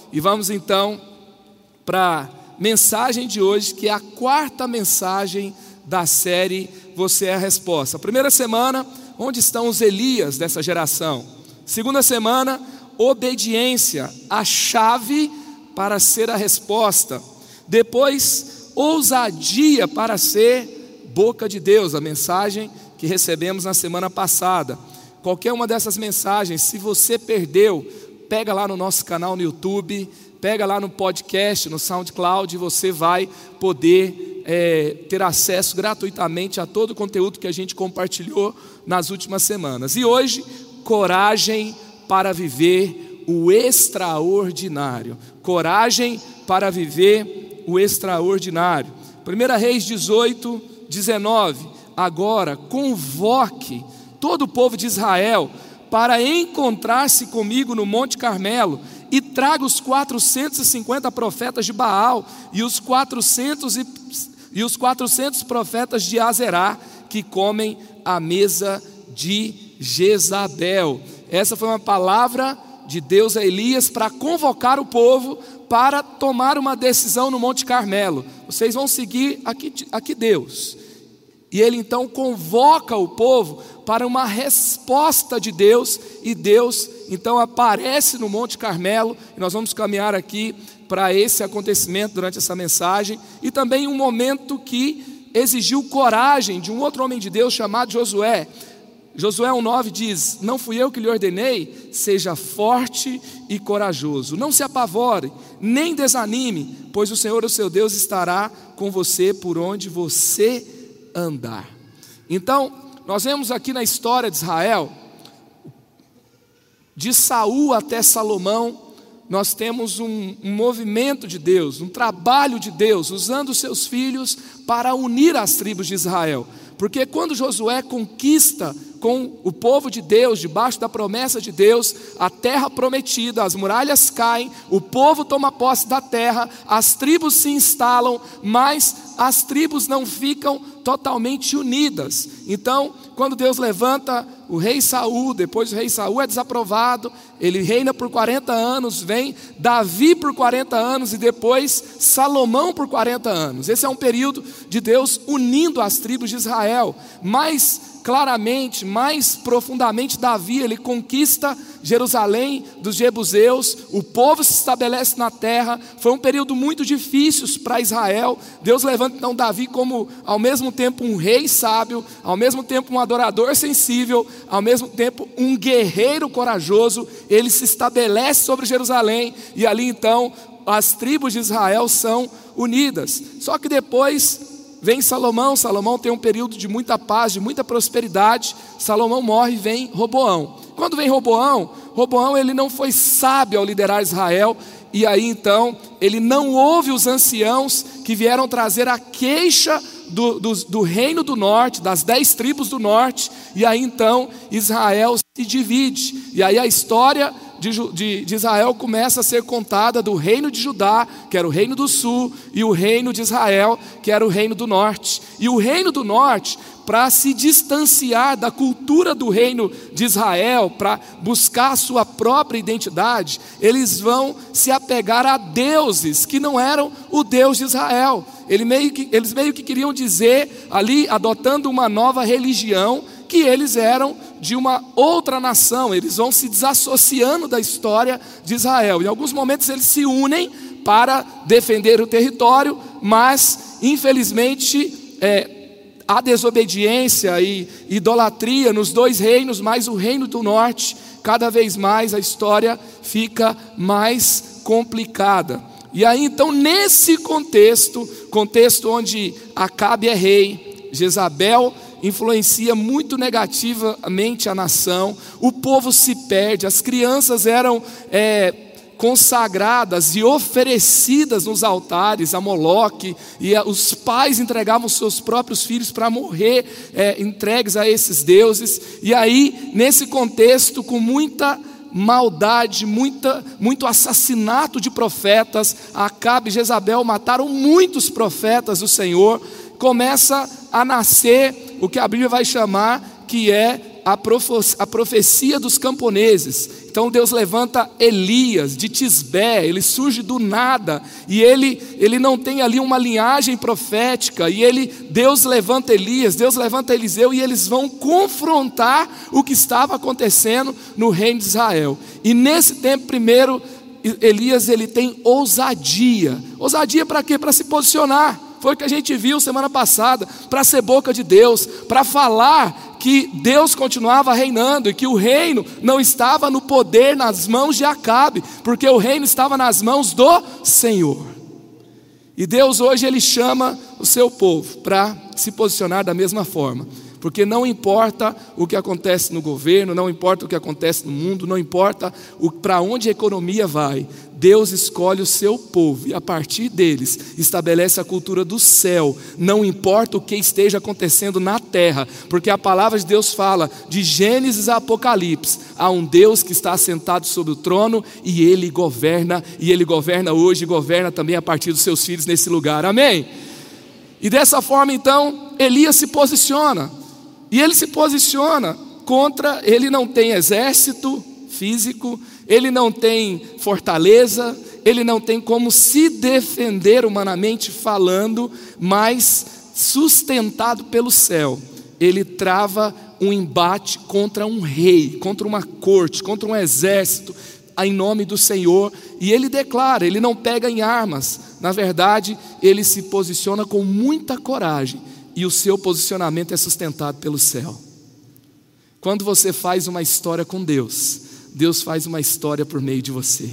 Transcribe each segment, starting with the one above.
e vamos então para a mensagem de hoje, que é a quarta mensagem da série Você é a Resposta. A primeira semana, onde estão os Elias dessa geração? Segunda semana, obediência, a chave para ser a resposta. Depois, ousadia para ser boca de Deus, a mensagem que recebemos na semana passada. Qualquer uma dessas mensagens, se você perdeu, pega lá no nosso canal no YouTube, pega lá no podcast, no SoundCloud, e você vai poder ter acesso gratuitamente a todo o conteúdo que a gente compartilhou nas últimas semanas. E hoje, coragem para viver o extraordinário. Coragem para viver o extraordinário. 1 Reis 18, 19. Agora convoque todo o povo de Israel para encontrar-se comigo no Monte Carmelo, e traga os 450 profetas de Baal e os 400 profetas de Azerá, que comem à mesa de Jezabel. Essa foi uma palavra de Deus a Elias para convocar o povo para tomar uma decisão no Monte Carmelo. Vocês vão seguir aqui Deus. E ele então convoca o povo para uma resposta de Deus, e Deus então aparece no Monte Carmelo, e nós vamos caminhar aqui para esse acontecimento durante essa mensagem, e também um momento que exigiu coragem de um outro homem de Deus chamado Josué. Josué 1,9 diz: não fui eu que lhe ordenei, seja forte e corajoso, não se apavore, nem desanime, pois o Senhor, o seu Deus, estará com você por onde você andar. Então, nós vemos aqui na história de Israel, de Saul até Salomão, nós temos um movimento de Deus, um trabalho de Deus, usando os seus filhos para unir as tribos de Israel. Porque quando Josué conquista com o povo de Deus, debaixo da promessa de Deus, a terra prometida, as muralhas caem, o povo toma posse da terra, as tribos se instalam, mas as tribos não ficam totalmente unidas. Então, quando Deus levanta o rei Saul, depois o rei Saul é desaprovado, ele reina por 40 anos, vem Davi por 40 anos e depois Salomão por 40 anos. Esse é um período de Deus unindo as tribos de Israel. Mais claramente, mais profundamente, Davi, ele conquista Jerusalém dos jebuseus, o povo se estabelece na terra. Foi um período muito difícil para Israel. Deus levanta então Davi como ao mesmo tempo um rei sábio, ao mesmo tempo um adorador sensível, ao mesmo tempo um guerreiro corajoso. Ele se estabelece sobre Jerusalém, e ali então as tribos de Israel são unidas. Só que depois vem Salomão. Salomão tem um período de muita paz, de muita prosperidade. Salomão morre e vem Roboão. Quando vem Roboão, ele não foi sábio ao liderar Israel, e aí então ele não ouve os anciãos que vieram trazer a queixa do reino do norte, das 10 tribos do norte, e aí então Israel se divide, e aí a história de Israel começa a ser contada do reino de Judá, que era o reino do sul, e o reino de Israel, que era o reino do norte. E o reino do norte, para se distanciar da cultura do reino de Israel, para buscar a sua própria identidade, eles vão se apegar a deuses que não eram o Deus de Israel. Eles meio que queriam dizer ali, adotando uma nova religião, que eles eram de uma outra nação. Eles vão se desassociando da história de Israel. Em alguns momentos eles se unem para defender o território, mas infelizmente há desobediência e idolatria nos dois reinos, mas o reino do norte, cada vez mais a história fica mais complicada. E aí então, nesse contexto onde Acabe é rei, Jezabel influencia muito negativamente a nação, o povo se perde, as crianças eram consagradas e oferecidas nos altares a Moloque, e os pais entregavam seus próprios filhos para morrer entregues a esses deuses. E aí, nesse contexto, com muita maldade, muito assassinato de profetas, Acabe e Jezabel mataram muitos profetas do Senhor. Começa a nascer o que a Bíblia vai chamar que é a profecia dos camponeses. Então Deus levanta Elias de Tisbé, ele surge do nada, e ele não tem ali uma linhagem profética, e Deus levanta Elias, Deus levanta Eliseu, e eles vão confrontar o que estava acontecendo no reino de Israel. E nesse tempo, primeiro, Elias ele tem ousadia. Ousadia para quê? Para se posicionar. Foi o que a gente viu semana passada, para ser boca de Deus, para falar que Deus continuava reinando e que o reino não estava no poder, nas mãos de Acabe, porque o reino estava nas mãos do Senhor. E Deus hoje ele chama o seu povo para se posicionar da mesma forma, porque não importa o que acontece no governo, não importa o que acontece no mundo, não importa para onde a economia vai, Deus escolhe o seu povo e a partir deles estabelece a cultura do céu, não importa o que esteja acontecendo na terra, porque a palavra de Deus fala, de Gênesis a Apocalipse, há um Deus que está assentado sobre o trono e Ele governa hoje e governa também a partir dos seus filhos nesse lugar, amém? E dessa forma então, Elias se posiciona, e ele se posiciona contra, ele não tem exército físico, ele não tem fortaleza, ele não tem como se defender humanamente falando, mas sustentado pelo céu, ele trava um embate contra um rei, contra uma corte, contra um exército, em nome do Senhor, e ele declara, ele não pega em armas, na verdade, ele se posiciona com muita coragem, e o seu posicionamento é sustentado pelo céu. Quando você faz uma história com Deus, Deus faz uma história por meio de você.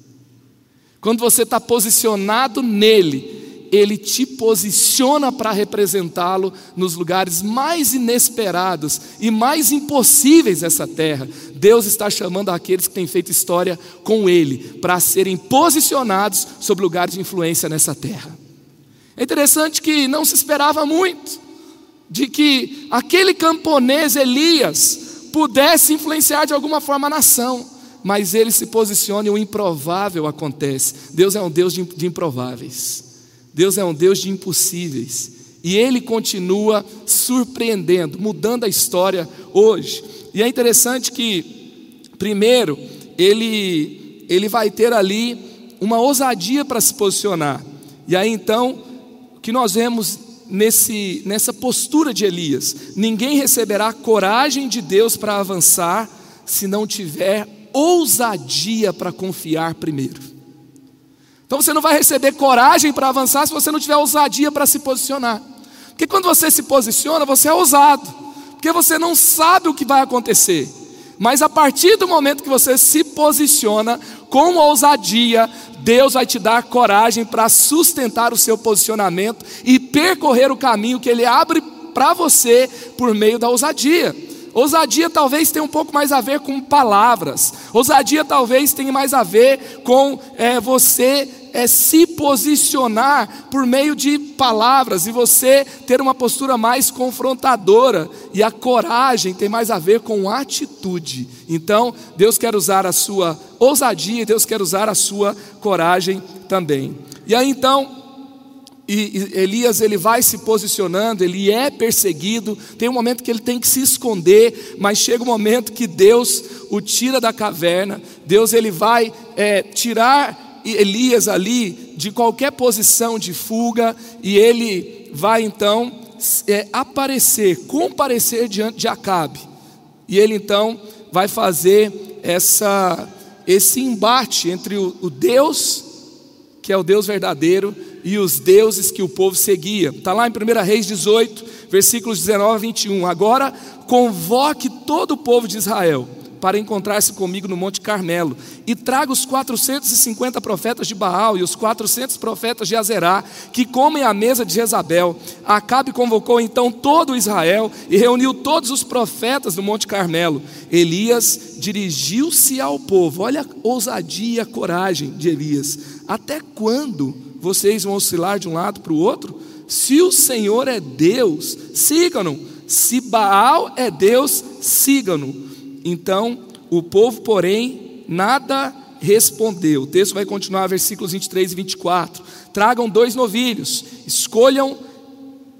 Quando você está posicionado nele, Ele te posiciona para representá-lo nos lugares mais inesperados e mais impossíveis dessa terra. Deus está chamando aqueles que têm feito história com Ele para serem posicionados sobre lugares de influência nessa terra. É interessante que não se esperava muito de que aquele camponês Elias pudesse influenciar de alguma forma a nação, mas ele se posiciona e o improvável acontece. Deus é um Deus de improváveis, Deus é um Deus de impossíveis, e Ele continua surpreendendo, mudando a história hoje. E é interessante que, primeiro, ele vai ter ali uma ousadia para se posicionar, e aí então, o que nós vemos nessa postura de Elias, ninguém receberá coragem de Deus para avançar, se não tiver ousadia para confiar primeiro. Então você não vai receber coragem para avançar se você não tiver ousadia para se posicionar, porque quando você se posiciona, você é ousado, porque você não sabe o que vai acontecer, mas a partir do momento que você se posiciona com ousadia, Deus vai te dar coragem para sustentar o seu posicionamento e percorrer o caminho que Ele abre para você por meio da ousadia. Ousadia talvez tenha um pouco mais a ver com palavras, ousadia talvez tenha mais a ver com você se posicionar por meio de palavras e você ter uma postura mais confrontadora, e a coragem tem mais a ver com atitude. Então Deus quer usar a sua ousadia, Deus quer usar a sua coragem também. E aí então Elias ele vai se posicionando, ele é perseguido, tem um momento que ele tem que se esconder, mas chega um momento que Deus o tira da caverna, Deus ele vai tirar Elias ali de qualquer posição de fuga, e ele vai então comparecer diante de Acabe, e ele então vai fazer esse embate entre o Deus, que é o Deus verdadeiro, e os deuses que o povo seguia. Está lá em 1 Reis 18, versículos 19 a 21. Agora convoque todo o povo de Israel para encontrar-se comigo no Monte Carmelo, e traga os 450 profetas de Baal e os 400 profetas de Azerá, que comem à mesa de Jezabel. Acabe convocou então todo Israel e reuniu todos os profetas do Monte Carmelo. Elias dirigiu-se ao povo, olha a ousadia e a coragem de Elias: até quando vocês vão oscilar de um lado para o outro? Se o Senhor é Deus, sigam-no; se Baal é Deus, sigam-no. Então o povo, porém, nada respondeu. O texto vai continuar, versículos 23 e 24. Tragam 2 novilhos, escolham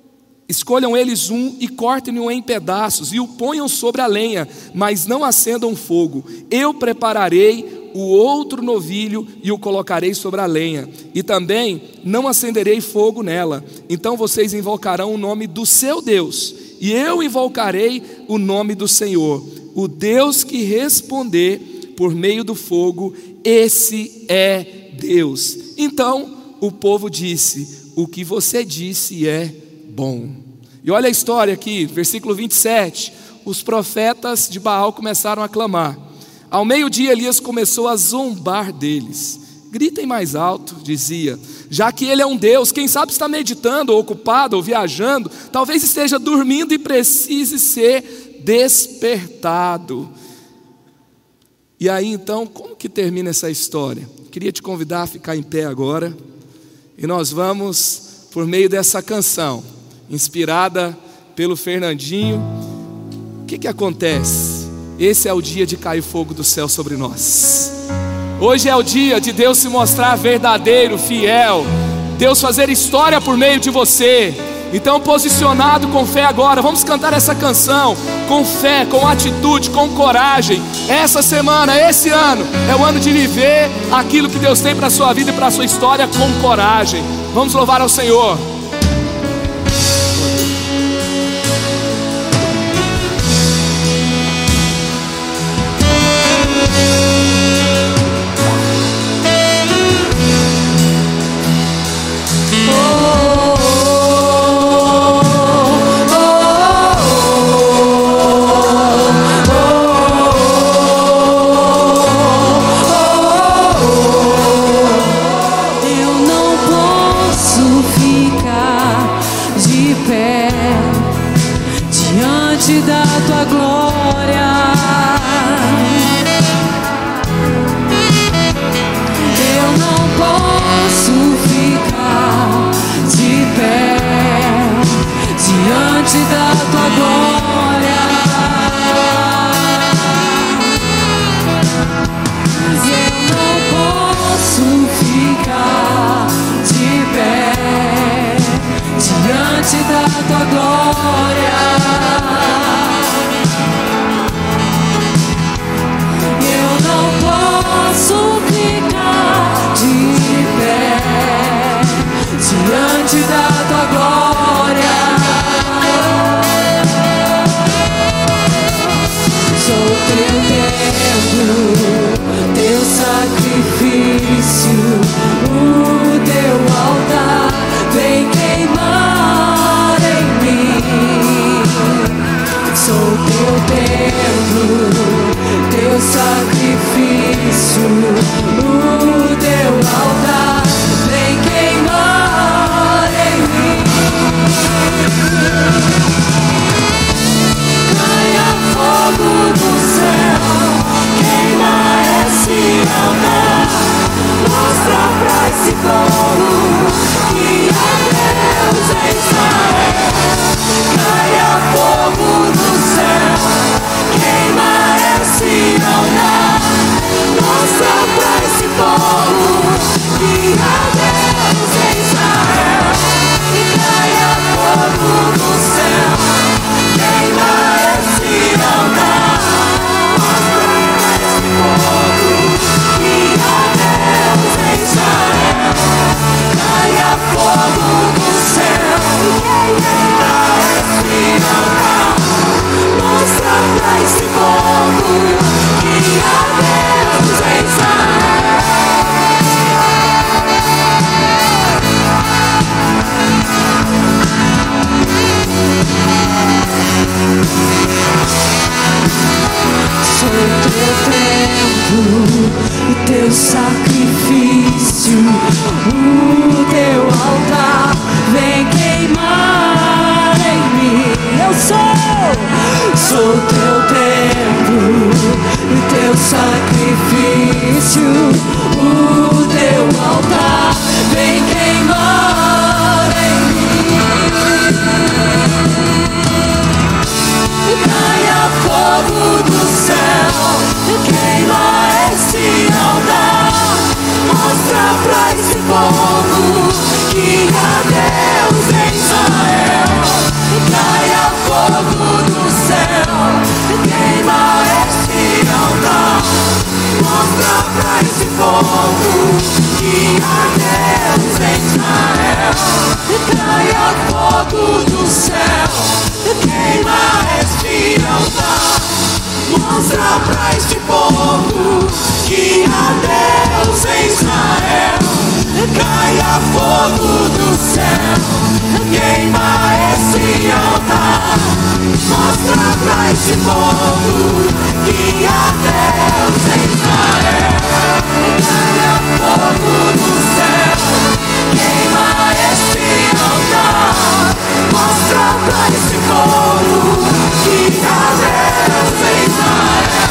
Escolham eles um e cortem-no em pedaços e o ponham sobre a lenha, mas não acendam fogo. Eu prepararei o outro novilho e o colocarei sobre a lenha, e também não acenderei fogo nela. Então vocês invocarão o nome do seu Deus, e eu invocarei o nome do Senhor. O Deus que responder por meio do fogo, esse é Deus. Então o povo disse: o que você disse é bom. E olha a história aqui, versículo 27. Os profetas de Baal começaram a clamar. Ao meio-dia Elias começou a zombar deles. Gritem mais alto, dizia, já que ele é um Deus, quem sabe está meditando, ou ocupado, ou viajando, talvez esteja dormindo e precise ser despertado. E aí então, como que termina essa história? Queria te convidar a ficar em pé agora, e nós vamos, por meio dessa canção, inspirada pelo Fernandinho, o que acontece? Esse é o dia de cair fogo do céu sobre nós. Hoje é o dia de Deus se mostrar verdadeiro, fiel, Deus fazer história por meio de você. Então, posicionado com fé agora, vamos cantar essa canção com fé, com atitude, com coragem. Essa semana, esse ano, é o ano de viver aquilo que Deus tem para a sua vida e para a sua história com coragem. Vamos louvar ao Senhor. altar. Mostra pra este povo que há Deus em Israel. Caia fogo do céu, queima esse altar. Mostra pra este povo que há Deus em Israel. Caia fogo do céu, queima esse altar. Mostra pra este povo que há Deus em Israel.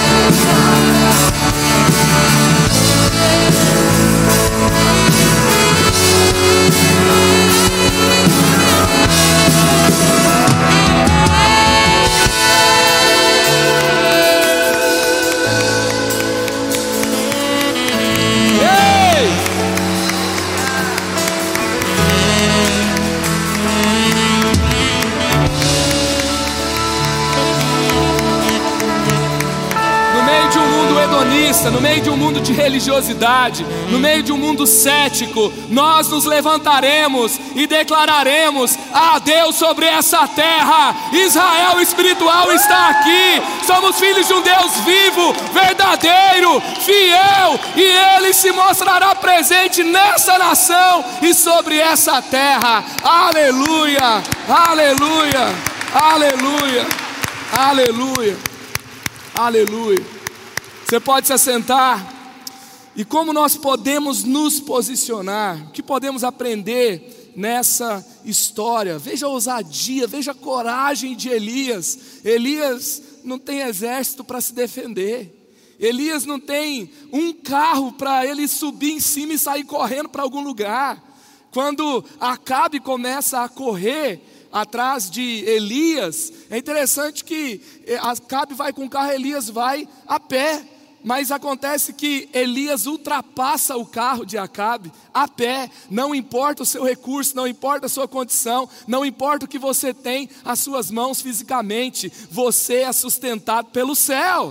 No meio de um mundo de religiosidade, no meio de um mundo cético, nós nos levantaremos e declararemos a Deus sobre essa terra. Israel espiritual está aqui. Somos filhos de um Deus vivo, verdadeiro, fiel, e Ele se mostrará presente nessa nação e sobre essa terra. Aleluia, aleluia, aleluia, aleluia, aleluia. Você pode se assentar. E como nós podemos nos posicionar? O que podemos aprender nessa história? Veja a ousadia, veja a coragem de Elias. Elias não tem exército para se defender. Elias não tem um carro para ele subir em cima e sair correndo para algum lugar. Quando Acabe começa a correr atrás de Elias, é interessante que Acabe vai com o carro, Elias vai a pé. Mas acontece que Elias ultrapassa o carro de Acabe a pé. Não importa o seu recurso, não importa a sua condição, não importa o que você tem às suas mãos fisicamente, você é sustentado pelo céu.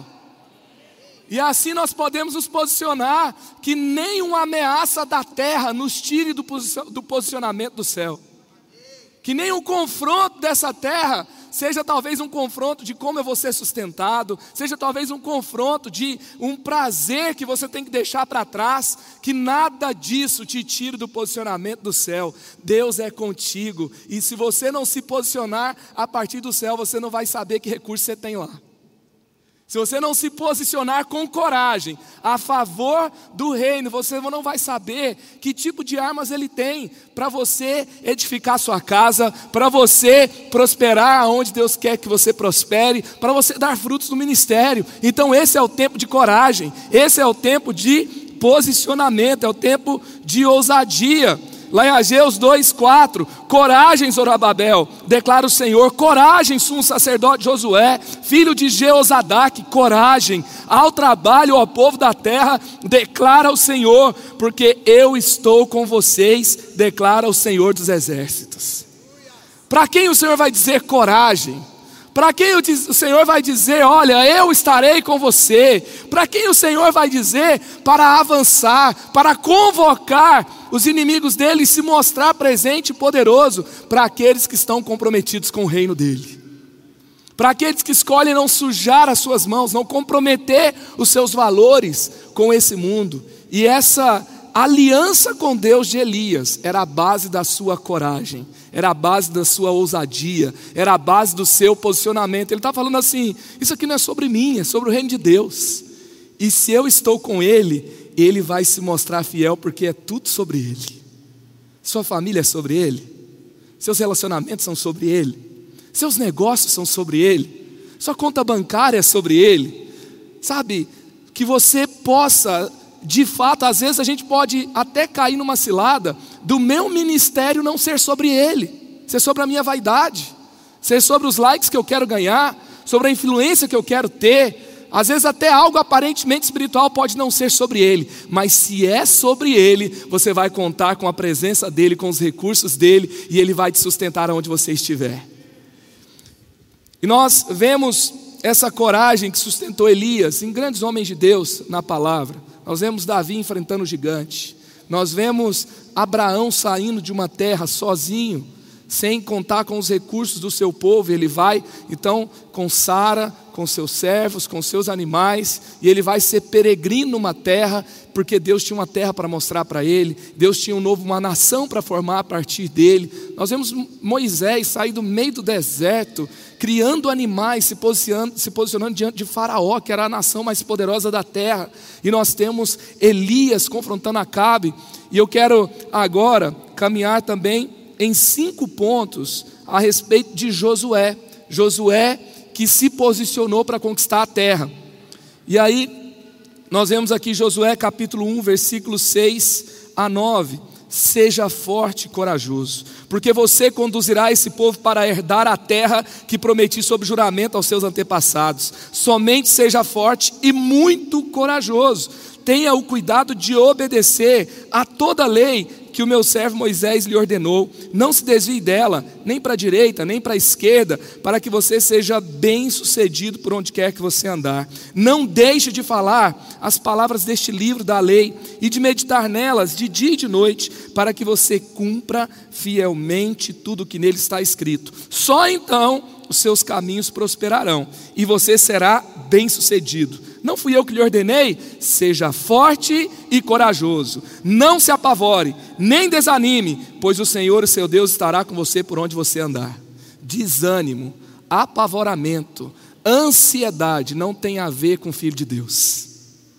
E assim nós podemos nos posicionar, que nenhuma ameaça da terra nos tire do posicionamento do céu. Que nenhum confronto dessa terra seja talvez um confronto de como eu vou ser sustentado, seja talvez um confronto de um prazer que você tem que deixar para trás, que nada disso te tire do posicionamento do céu. Deus é contigo, e se você não se posicionar a partir do céu, você não vai saber que recurso você tem lá. Se você não se posicionar com coragem a favor do reino, você não vai saber que tipo de armas ele tem para você edificar sua casa, para você prosperar onde Deus quer que você prospere, para você dar frutos no ministério. Então esse é o tempo de coragem, esse é o tempo de posicionamento, é o tempo de ousadia. Lá em Ageus 2:4, coragem, Zorobabel, declara o Senhor, coragem, sumo sacerdote Josué, filho de Jeozadak, coragem, ao trabalho, ó povo da terra, declara o Senhor, porque eu estou com vocês, declara o Senhor dos exércitos. Para quem o Senhor vai dizer coragem? Para quem o Senhor vai dizer, olha, eu estarei com você? Para quem o Senhor vai dizer para avançar, para convocar os inimigos dele e se mostrar presente e poderoso? Para aqueles que estão comprometidos com o reino dele. Para aqueles que escolhem não sujar as suas mãos, não comprometer os seus valores com esse mundo. E essa aliança com Deus de Elias era a base da sua coragem, era a base da sua ousadia, era a base do seu posicionamento. Ele está falando assim, isso aqui não é sobre mim, é sobre o reino de Deus. E se eu estou com Ele, Ele vai se mostrar fiel, porque é tudo sobre Ele. Sua família é sobre Ele, seus relacionamentos são sobre Ele, seus negócios são sobre Ele, sua conta bancária é sobre Ele. Sabe, que você possa, de fato, às vezes a gente pode até cair numa cilada do meu ministério não ser sobre Ele, ser sobre a minha vaidade, ser sobre os likes que eu quero ganhar, sobre a influência que eu quero ter. Às vezes até algo aparentemente espiritual pode não ser sobre Ele, mas se é sobre Ele, você vai contar com a presença dEle, com os recursos dEle, e Ele vai te sustentar onde você estiver. E nós vemos essa coragem que sustentou Elias em grandes homens de Deus na palavra. Nós vemos Davi enfrentando o gigante, nós vemos Abraão saindo de uma terra sozinho, sem contar com os recursos do seu povo. Ele vai então com Sara, com seus servos, com seus animais, e ele vai ser peregrino numa terra, porque Deus tinha uma terra para mostrar para ele, Deus tinha uma nação para formar a partir dele. Nós vemos Moisés sair do meio do deserto, criando animais, se posicionando diante de Faraó, que era a nação mais poderosa da terra. E nós temos Elias confrontando Acabe. E eu quero agora caminhar também em 5 pontos a respeito de Josué. Josué que se posicionou para conquistar a terra. E aí nós vemos aqui Josué capítulo 1, versículos 6 a 9. Seja forte e corajoso, porque você conduzirá esse povo para herdar a terra que prometi sob juramento aos seus antepassados. Somente seja forte e muito corajoso. Tenha o cuidado de obedecer a toda a lei que o meu servo Moisés lhe ordenou. Não se desvie dela, nem para a direita, nem para a esquerda, para que você seja bem sucedido por onde quer que você andar. Não deixe de falar as palavras deste livro da lei e de meditar nelas de dia e de noite, para que você cumpra fielmente tudo o que nele está escrito. Só então os seus caminhos prosperarão e você será bem sucedido. Não fui eu que lhe ordenei? Seja forte e corajoso. Não se apavore, nem desanime, pois o Senhor, o seu Deus, estará com você por onde você andar. Desânimo, apavoramento, ansiedade não tem a ver com o Filho de Deus.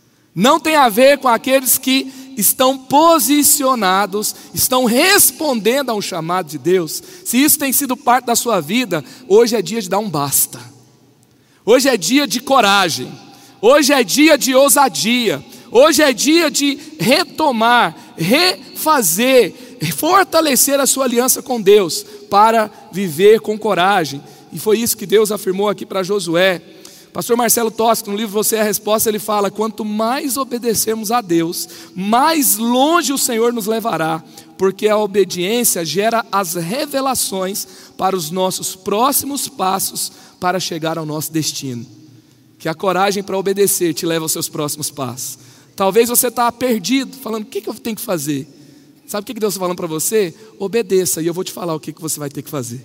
Não tem a ver com aqueles que estão posicionados, estão respondendo a um chamado de Deus. Se isso tem sido parte da sua vida, hoje é dia de dar um basta. Hoje é dia de coragem. Hoje é dia de ousadia. Hoje é dia de retomar, refazer, fortalecer a sua aliança com Deus, para viver com coragem. E foi isso que Deus afirmou aqui para Josué. Pastor Marcelo Tosco, no livro Você é a Resposta, ele fala: quanto mais obedecermos a Deus, mais longe o Senhor nos levará, porque a obediência gera as revelações para os nossos próximos passos, para chegar ao nosso destino. Que a coragem para obedecer te leve aos seus próximos passos. Talvez você está perdido, falando: o que eu tenho que fazer? Sabe o que Deus está falando para você? Obedeça, e eu vou te falar o que você vai ter que fazer.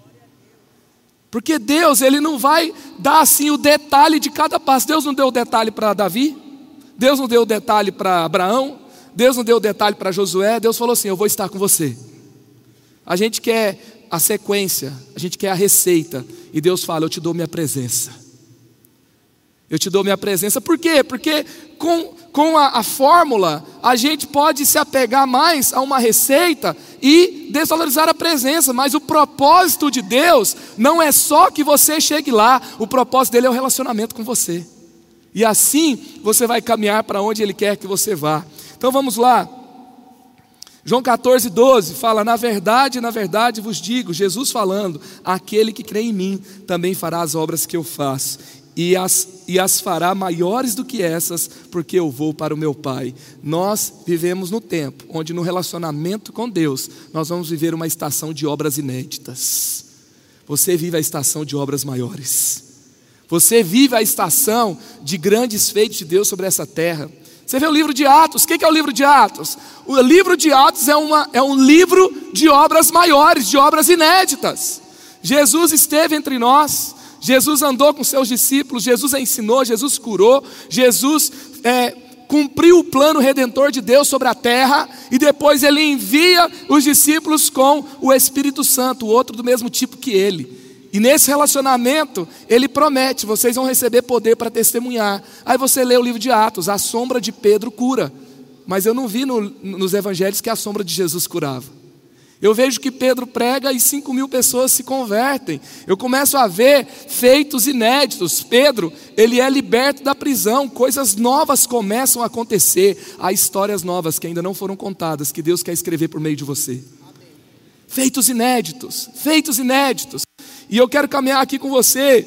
Porque Deus, Ele não vai dar assim o detalhe de cada passo. Deus não deu o detalhe para Davi, Deus não deu o detalhe para Abraão, Deus não deu o detalhe para Josué. Deus falou assim: eu vou estar com você. A gente quer a sequência, a gente quer a receita, e Deus fala: eu te dou minha presença. Eu te dou minha presença. Por quê? Porque com a fórmula, a gente pode se apegar mais a uma receita e desvalorizar a presença. Mas o propósito de Deus não é só que você chegue lá. O propósito dele é o relacionamento com você. E assim você vai caminhar para onde Ele quer que você vá. Então vamos lá. João 14:12 fala: na verdade vos digo, Jesus falando, aquele que crê em mim também fará as obras que eu faço, e as fará maiores do que essas, porque eu vou para o meu Pai. Nós vivemos no tempo onde, no relacionamento com Deus, nós vamos viver uma estação de obras inéditas. Você vive a estação de obras maiores. Você vive a estação de grandes feitos de Deus sobre essa terra. Você vê o livro de Atos. O que é o livro de Atos? O livro de Atos é um livro de obras maiores, de obras inéditas. Jesus esteve entre nós, Jesus andou com seus discípulos, Jesus ensinou, Jesus curou, Jesus cumpriu o plano redentor de Deus sobre a terra, e depois Ele envia os discípulos com o Espírito Santo, o outro do mesmo tipo que Ele. E nesse relacionamento, Ele promete: vocês vão receber poder para testemunhar. Aí você lê o livro de Atos, a sombra de Pedro cura. Mas eu não vi nos evangelhos que a sombra de Jesus curava. Eu vejo que Pedro prega e 5.000 pessoas se convertem. Eu começo a ver feitos inéditos. Pedro, ele é liberto da prisão. Coisas novas começam a acontecer. Há histórias novas que ainda não foram contadas, que Deus quer escrever por meio de você. Feitos inéditos, feitos inéditos. E eu quero caminhar aqui com você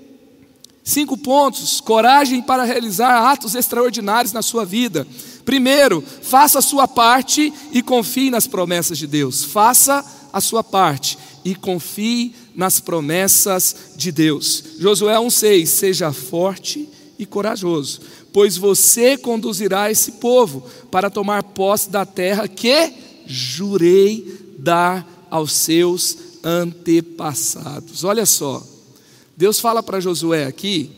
5 pontos: coragem para realizar atos extraordinários na sua vida. Primeiro, faça a sua parte e confie nas promessas de Deus. Faça a sua parte e confie nas promessas de Deus. Josué 1:6, seja forte e corajoso, pois você conduzirá esse povo para tomar posse da terra que jurei dar aos seus antepassados. Olha só, Deus fala para Josué aqui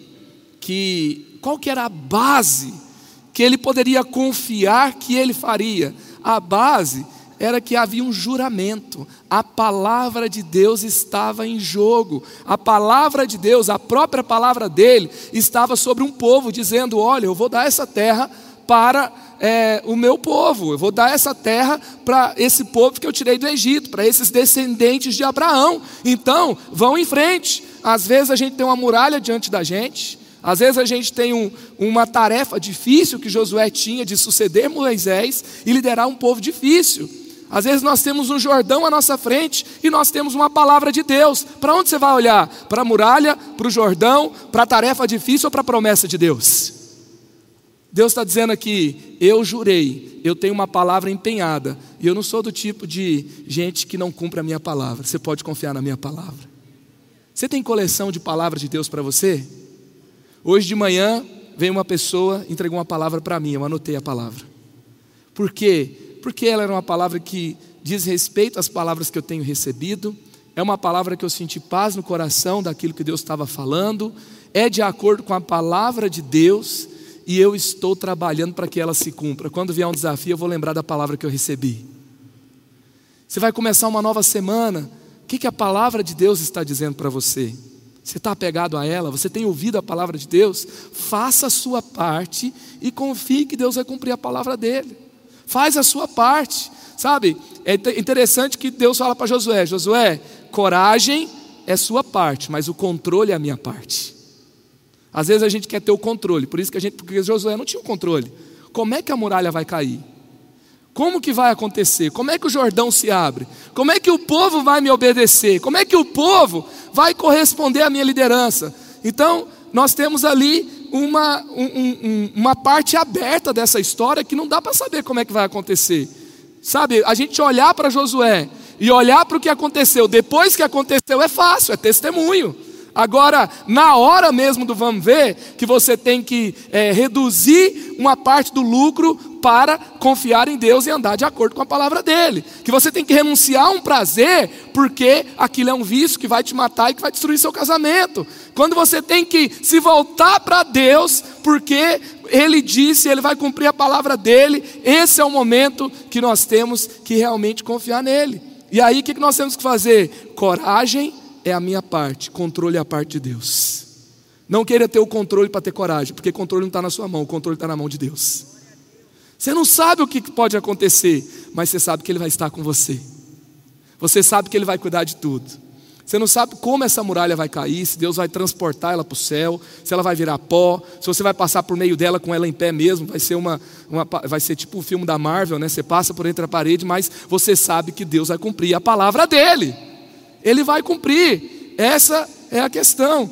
que qual que era a base que ele poderia confiar que ele faria. A base era que havia um juramento, a palavra de Deus estava em jogo, a palavra de Deus, a própria palavra dele, estava sobre um povo, dizendo: olha, eu vou dar essa terra para o meu povo, eu vou dar essa terra para esse povo que eu tirei do Egito, para esses descendentes de Abraão, então vão em frente. Às vezes a gente tem uma muralha diante da gente, às vezes a gente tem uma tarefa difícil que Josué tinha de suceder Moisés e liderar um povo difícil. Às vezes nós temos um Jordão à nossa frente e nós temos uma palavra de Deus. Para onde você vai olhar? Para a muralha, para o Jordão, para a tarefa difícil ou para a promessa de Deus? Deus está dizendo aqui: eu jurei, eu tenho uma palavra empenhada, e eu não sou do tipo de gente que não cumpre a minha palavra. Você pode confiar na minha palavra. Você tem coleção de palavras de Deus para você? Hoje de manhã veio uma pessoa, entregou uma palavra para mim, eu anotei a palavra. Por quê? Porque ela era uma palavra que diz respeito às palavras que eu tenho recebido, é uma palavra que eu senti paz no coração daquilo que Deus estava falando, é de acordo com a palavra de Deus, e eu estou trabalhando para que ela se cumpra. Quando vier um desafio, eu vou lembrar da palavra que eu recebi. Você vai começar uma nova semana, o que a palavra de Deus está dizendo para você? Você está apegado a ela? Você tem ouvido a palavra de Deus? Faça a sua parte e confie que Deus vai cumprir a palavra dele. Faz a sua parte, sabe? É interessante que Deus fala para Josué: Josué, coragem é sua parte, mas o controle é a minha parte. Às vezes a gente quer ter o controle, porque Josué não tinha o controle. Como é que a muralha vai cair? Como que vai acontecer? Como é que o Jordão se abre? Como é que o povo vai me obedecer? Como é que o povo vai corresponder à minha liderança? Então, nós temos ali uma parte aberta dessa história que não dá para saber como é que vai acontecer. Sabe, a gente olhar para Josué e olhar para o que aconteceu, depois que aconteceu é fácil, é testemunho. Agora, na hora mesmo do vamos ver, que você tem que reduzir uma parte do lucro para confiar em Deus e andar de acordo com a palavra dele. Que você tem que renunciar a um prazer, porque aquilo é um vício que vai te matar e que vai destruir seu casamento. Quando você tem que se voltar para Deus, porque ele disse, ele vai cumprir a palavra dele, esse é o momento que nós temos que realmente confiar nele. E aí o que nós temos que fazer? Coragem é a minha parte, controle é a parte de Deus. Não queira ter o controle para ter coragem, porque controle não está na sua mão, o controle está na mão de Deus. Você não sabe o que pode acontecer, mas você sabe que Ele vai estar com você. Você sabe que Ele vai cuidar de tudo. Você não sabe como essa muralha vai cair, se Deus vai transportar ela para o céu, se ela vai virar pó, se você vai passar por meio dela com ela em pé mesmo, vai ser tipo o filme da Marvel, né? Você passa por entre a parede, mas você sabe que Deus vai cumprir a palavra dele. Ele vai cumprir, essa é a questão.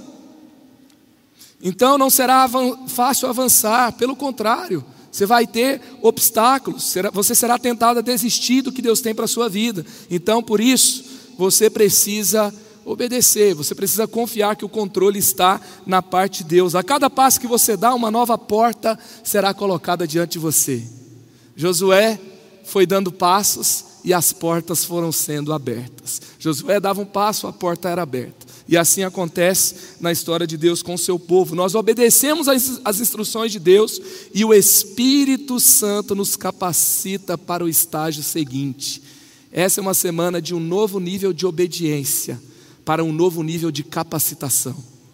Então não será fácil avançar, pelo contrário, você vai ter obstáculos, você será tentado a desistir do que Deus tem para a sua vida. Então por isso, você precisa obedecer, você precisa confiar que o controle está na parte de Deus. A cada passo que você dá, uma nova porta será colocada diante de você. Josué foi dando passos e as portas foram sendo abertas. Josué dava um passo, a porta era aberta. E assim acontece na história de Deus com o seu povo. Nós obedecemos às instruções de Deus e o Espírito Santo nos capacita para o estágio seguinte. Essa é uma semana de um novo nível de obediência para um novo nível de capacitação.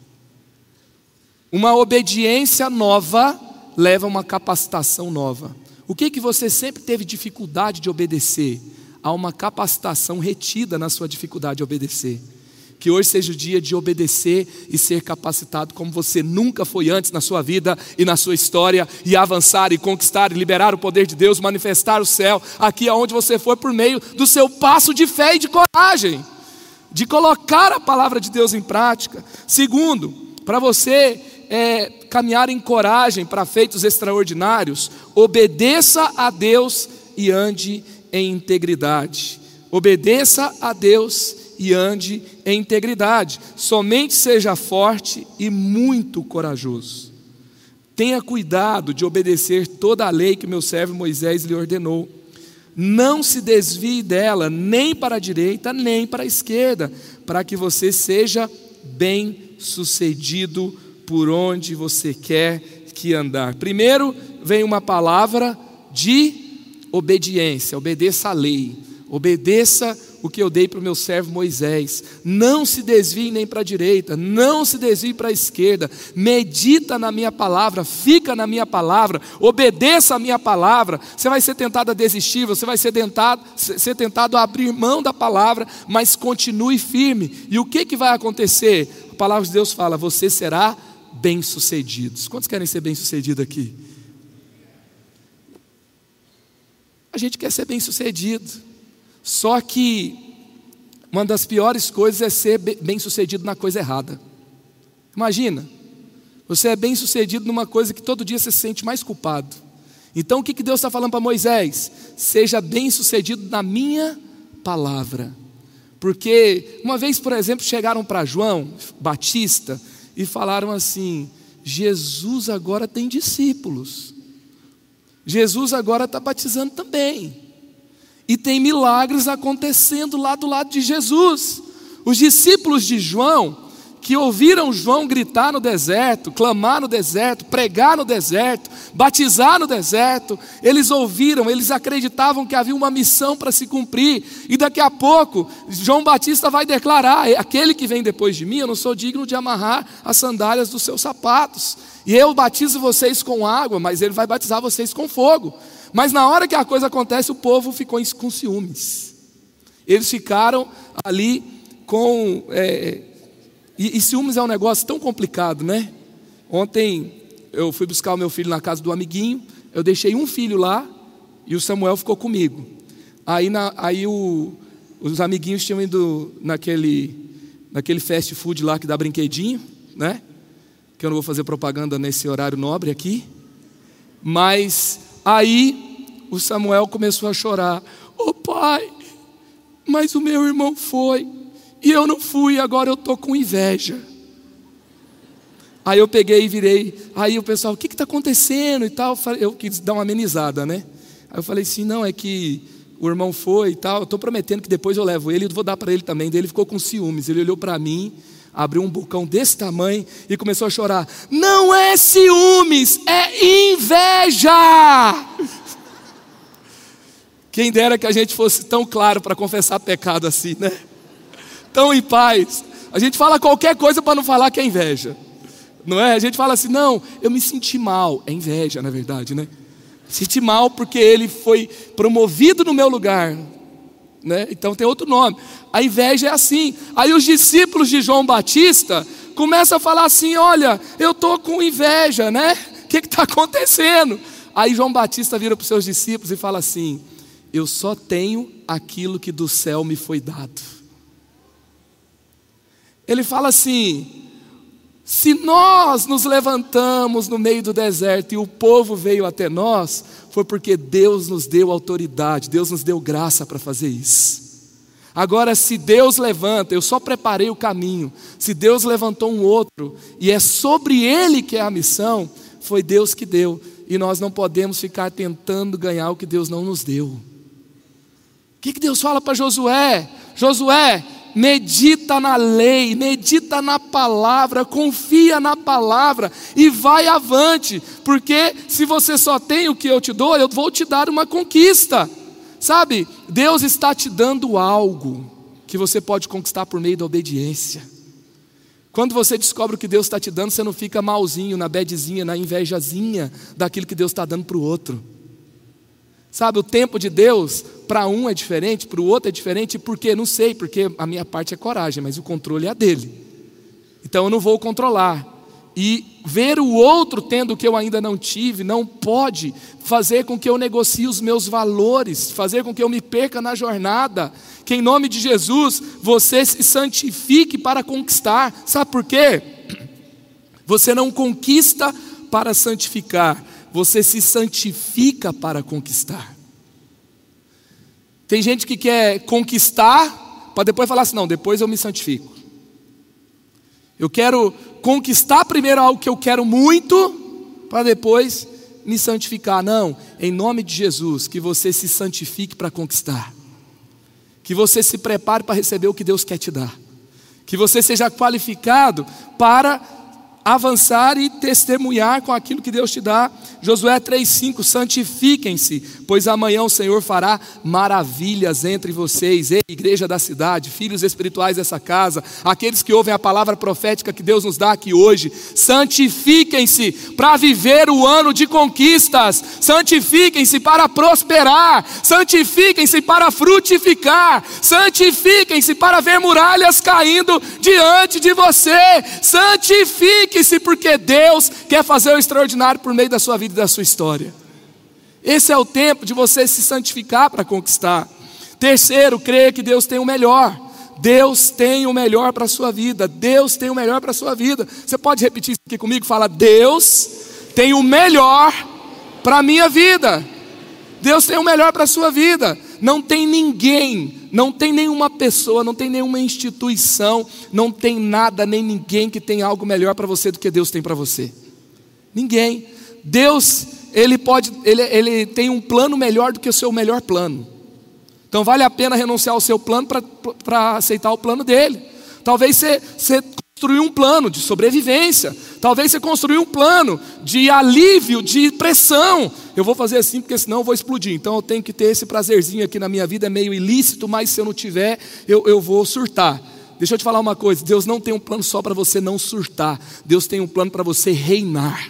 Uma obediência nova leva a uma capacitação nova. O que você sempre teve dificuldade de obedecer? Há uma capacitação retida na sua dificuldade de obedecer. Que hoje seja o dia de obedecer e ser capacitado como você nunca foi antes na sua vida e na sua história, e avançar e conquistar e liberar o poder de Deus, manifestar o céu aqui aonde você for, por meio do seu passo de fé e de coragem, de colocar a palavra de Deus em prática. Segundo, para você caminhar em coragem para feitos extraordinários, obedeça a Deus e ande em integridade. Obedeça a Deus e ande em integridade. Somente seja forte e muito corajoso. Tenha cuidado de obedecer toda a lei que meu servo Moisés lhe ordenou. Não se desvie dela, nem para a direita, nem para a esquerda, para que você seja bem-sucedido por onde você quer que andar. Primeiro vem uma palavra de obediência. Obedeça a lei, obedeça o que eu dei para o meu servo Moisés. Não se desvie nem para a direita, não se desvie para a esquerda. Medita na minha palavra, fica na minha palavra, obedeça a minha palavra. Você vai ser tentado a desistir, você vai ser tentado a abrir mão da palavra, mas continue firme. E o que vai acontecer? A palavra de Deus fala: você será bem-sucedido. Quantos querem ser bem-sucedido aqui? A gente quer ser bem-sucedido. Só que uma das piores coisas é ser bem-sucedido na coisa errada. Imagina, você é bem-sucedido numa coisa que todo dia você se sente mais culpado. Então o que Deus está falando para Moisés? Seja bem-sucedido na minha palavra. Porque uma vez, por exemplo, chegaram para João Batista e falaram assim: Jesus agora tem discípulos, Jesus agora está batizando também, e tem milagres acontecendo lá do lado de Jesus. Os discípulos de João, que ouviram João gritar no deserto, clamar no deserto, pregar no deserto, batizar no deserto, eles ouviram, eles acreditavam que havia uma missão para se cumprir. E daqui a pouco, João Batista vai declarar: aquele que vem depois de mim, eu não sou digno de amarrar as sandálias dos seus sapatos. E eu batizo vocês com água, mas ele vai batizar vocês com fogo. Mas na hora que a coisa acontece, o povo ficou com ciúmes. Eles ficaram ali com... E ciúmes é um negócio tão complicado, né? Ontem eu fui buscar o meu filho na casa do amiguinho. Eu deixei um filho lá e o Samuel ficou comigo. Aí os amiguinhos tinham ido naquele fast food lá que dá brinquedinho, né? Que eu não vou fazer propaganda nesse horário nobre aqui. Mas aí o Samuel começou a chorar: ô pai, mas o meu irmão foi e eu não fui, agora eu estou com inveja. Aí eu peguei e virei. Aí o pessoal: o que está acontecendo e tal? Eu quis dar uma amenizada, né? Aí eu falei assim: não, é que o irmão foi e tal, eu estou prometendo que depois eu levo ele e vou dar para ele também. Daí ele ficou com ciúmes, ele olhou para mim, abriu um bocão desse tamanho e começou a chorar: não é ciúmes, é inveja. Quem dera que a gente fosse tão claro para confessar pecado assim, né? Tão em paz. A gente fala qualquer coisa para não falar que é inveja, não é? A gente fala assim: não, eu me senti mal. É inveja, na verdade, né? Senti mal porque ele foi promovido no meu lugar, né? Então tem outro nome. A inveja é assim. Aí os discípulos de João Batista começam a falar assim: olha, eu estou com inveja, né? O que está acontecendo? Aí João Batista vira para os seus discípulos e fala assim: eu só tenho aquilo que do céu me foi dado. Ele fala assim: se nós nos levantamos no meio do deserto e o povo veio até nós, foi porque Deus nos deu autoridade, Deus nos deu graça para fazer isso. Agora, se Deus levanta, eu só preparei o caminho. Se Deus levantou um outro e é sobre ele que é a missão, foi Deus que deu. E nós não podemos ficar tentando ganhar o que Deus não nos deu. O que Deus fala para Josué? Josué, medita na lei, medita na palavra, confia na palavra e vai avante, porque se você só tem o que eu te dou, eu vou te dar uma conquista. Sabe, Deus está te dando algo que você pode conquistar por meio da obediência. Quando você descobre o que Deus está te dando, você não fica malzinho, na badzinha, na invejazinha daquilo que Deus está dando para o outro. Sabe, o tempo de Deus, para um é diferente, para o outro é diferente. Por quê? Não sei, porque a minha parte é coragem, mas o controle é a dele. Então eu não vou controlar. E ver o outro tendo o que eu ainda não tive, não pode fazer com que eu negocie os meus valores, fazer com que eu me perca na jornada. Que em nome de Jesus, você se santifique para conquistar. Sabe por quê? Você não conquista para santificar, você se santifica para conquistar. Tem gente que quer conquistar para depois falar assim: não, depois eu me santifico. Eu quero conquistar primeiro algo que eu quero muito, para depois me santificar. Não, em nome de Jesus, que você se santifique para conquistar. Que você se prepare para receber o que Deus quer te dar. Que você seja qualificado para avançar e testemunhar com aquilo que Deus te dá. Josué 3,5, santifiquem-se, pois amanhã o Senhor fará maravilhas entre vocês. Ei, igreja da cidade, filhos espirituais dessa casa, aqueles que ouvem a palavra profética que Deus nos dá aqui hoje, santifiquem-se para viver o ano de conquistas, santifiquem-se para prosperar, santifiquem-se para frutificar, santifiquem-se para ver muralhas caindo diante de você, santifiquem-se porque Deus quer fazer o extraordinário por meio da sua vida e da sua história. Esse é o tempo de você se santificar para conquistar. Terceiro, creia que Deus tem o melhor. Deus tem o melhor para a sua vida. Deus tem o melhor para a sua vida. Você pode repetir isso aqui comigo? Fala, Deus tem o melhor para a minha vida. Deus tem o melhor para a sua vida. Não tem ninguém, não tem nenhuma pessoa, não tem nenhuma instituição, não tem nada, nem ninguém que tem algo melhor para você do que Deus tem para você. Ninguém. Deus, Ele tem um plano melhor do que o seu melhor plano. Então vale a pena renunciar ao seu plano para aceitar o plano dele. Talvez você construiu um plano de sobrevivência. Talvez você construiu um plano de alívio, de pressão. Eu vou fazer assim porque senão eu vou explodir. Então eu tenho que ter esse prazerzinho aqui na minha vida. É meio ilícito, mas se eu não tiver, eu vou surtar. Deixa eu te falar uma coisa. Deus não tem um plano só para você não surtar. Deus tem um plano para você reinar.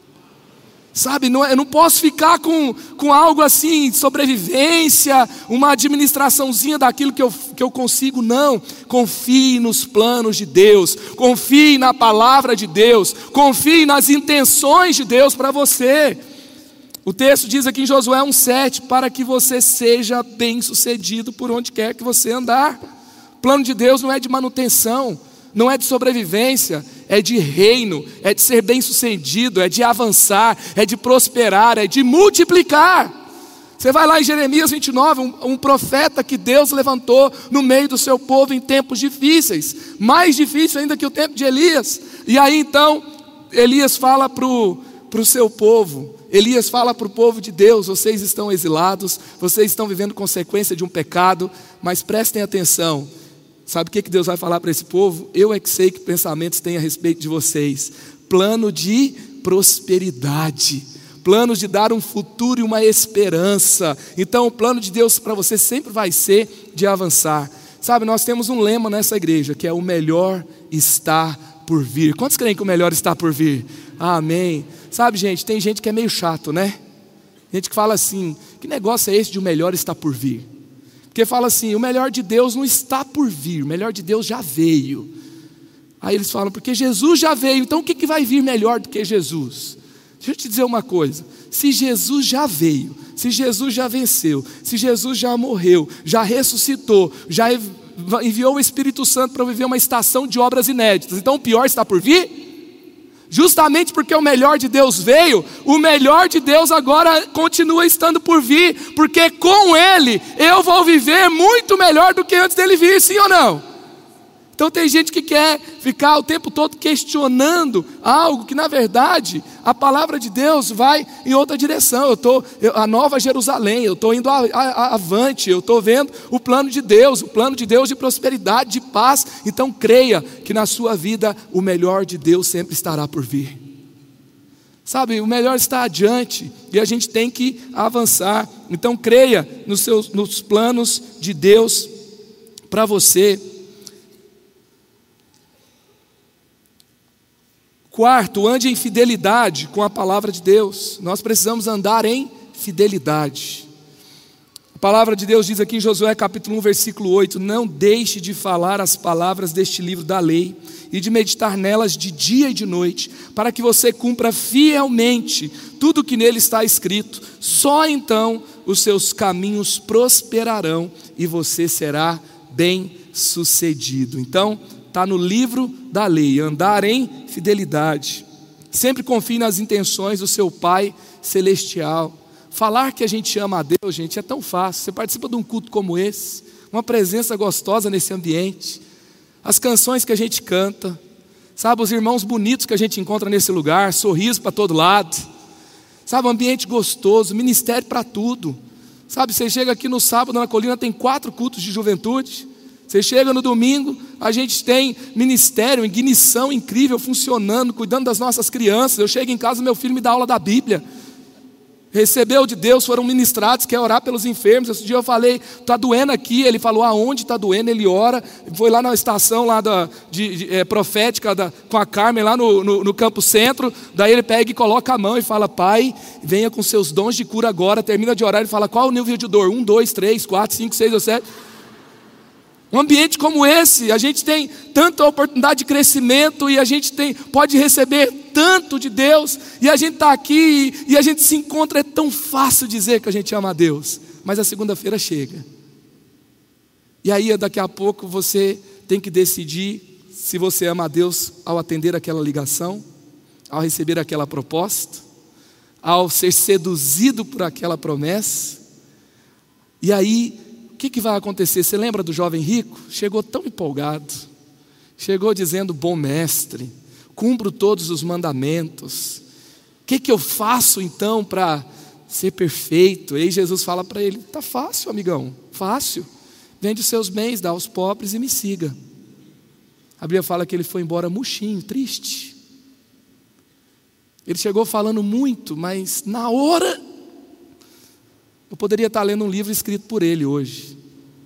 Sabe, eu não posso ficar com algo assim, sobrevivência, uma administraçãozinha daquilo que eu consigo, não. Confie nos planos de Deus, confie na palavra de Deus, confie nas intenções de Deus para você. O texto diz aqui em Josué 1,7, para que você seja bem sucedido por onde quer que você andar. O plano de Deus não é de manutenção, não é de sobrevivência, é de reino, é de ser bem sucedido, é de avançar, é de prosperar, é de multiplicar. Você vai lá em Jeremias 29, um profeta que Deus levantou no meio do seu povo em tempos difíceis, mais difícil ainda que o tempo de Elias. E aí então, Elias fala para o seu povo, Elias fala para o povo de Deus, vocês estão exilados, vocês estão vivendo consequência de um pecado, mas prestem atenção. Sabe o que Deus vai falar para esse povo? Eu é que sei que pensamentos têm a respeito de vocês. Plano de prosperidade. Planos de dar um futuro e uma esperança. Então o plano de Deus para você sempre vai ser de avançar. Sabe, nós temos um lema nessa igreja, que é o melhor está por vir. Quantos creem que o melhor está por vir? Amém. Sabe, gente, tem gente que é meio chato, né? Gente que fala assim, que negócio é esse de o melhor está por vir? Porque fala assim, o melhor de Deus não está por vir, o melhor de Deus já veio. Aí eles falam, porque Jesus já veio, então o que vai vir melhor do que Jesus? Deixa eu te dizer uma coisa, se Jesus já veio, se Jesus já venceu, se Jesus já morreu, já ressuscitou, já enviou o Espírito Santo para viver uma estação de obras inéditas, então o pior está por vir? Justamente porque o melhor de Deus veio, o melhor de Deus agora continua estando por vir, porque com Ele eu vou viver muito melhor do que antes dele vir, sim ou não? Então tem gente que quer ficar o tempo todo questionando algo que na verdade a palavra de Deus vai em outra direção. A Nova Jerusalém, eu estou indo avante, eu estou vendo o plano de Deus de prosperidade, de paz. Então creia que na sua vida o melhor de Deus sempre estará por vir. Sabe, o melhor está adiante e a gente tem que avançar. Então creia nos planos de Deus para você. Quarto, ande em fidelidade com a palavra de Deus. Nós precisamos andar em fidelidade. A palavra de Deus diz aqui em Josué capítulo 1, versículo 8, não deixe de falar as palavras deste livro da lei e de meditar nelas de dia e de noite, para que você cumpra fielmente tudo o que nele está escrito. Só então os seus caminhos prosperarão e você será bem sucedido. Então, está no livro da lei, andar em fidelidade. Sempre confie nas intenções do seu Pai Celestial. Falar que a gente ama a Deus, gente, é tão fácil. Você participa de um culto como esse, uma presença gostosa nesse ambiente, as canções que a gente canta, sabe, os irmãos bonitos que a gente encontra nesse lugar, sorriso para todo lado. Sabe, um ambiente gostoso, ministério para tudo. Sabe, você chega aqui no sábado na Colina, tem 4 cultos de juventude. Você chega no domingo, a gente tem ministério, ignição incrível funcionando, cuidando das nossas crianças. Eu chego em casa, meu filho me dá aula da Bíblia. Recebeu de Deus, foram ministrados, quer orar pelos enfermos. Esse dia eu falei, está doendo aqui. Ele falou, aonde está doendo? Ele ora. Foi lá na estação lá profética com a Carmen, lá no Campo Centro. Daí ele pega e coloca a mão e fala, Pai, venha com seus dons de cura agora. Termina de orar, ele fala, qual o nível de dor? 1, 2, 3, 4, 5, 6 ou 7. Um ambiente como esse, a gente tem tanta oportunidade de crescimento e a gente pode receber tanto de Deus, e a gente está aqui e a gente se encontra. É tão fácil dizer que a gente ama a Deus, mas a segunda-feira chega, e aí daqui a pouco você tem que decidir se você ama a Deus ao atender aquela ligação, ao receber aquela proposta, ao ser seduzido por aquela promessa. E aí o que vai acontecer? Você lembra do jovem rico? Chegou tão empolgado, chegou dizendo, bom mestre, cumpro todos os mandamentos, o que eu faço então para ser perfeito? E aí Jesus fala para ele, está fácil, amigão, fácil, vende os seus bens, dá aos pobres e me siga. A Bíblia fala que ele foi embora murchinho, triste. Ele chegou falando muito, mas na hora, eu poderia estar lendo um livro escrito por ele hoje,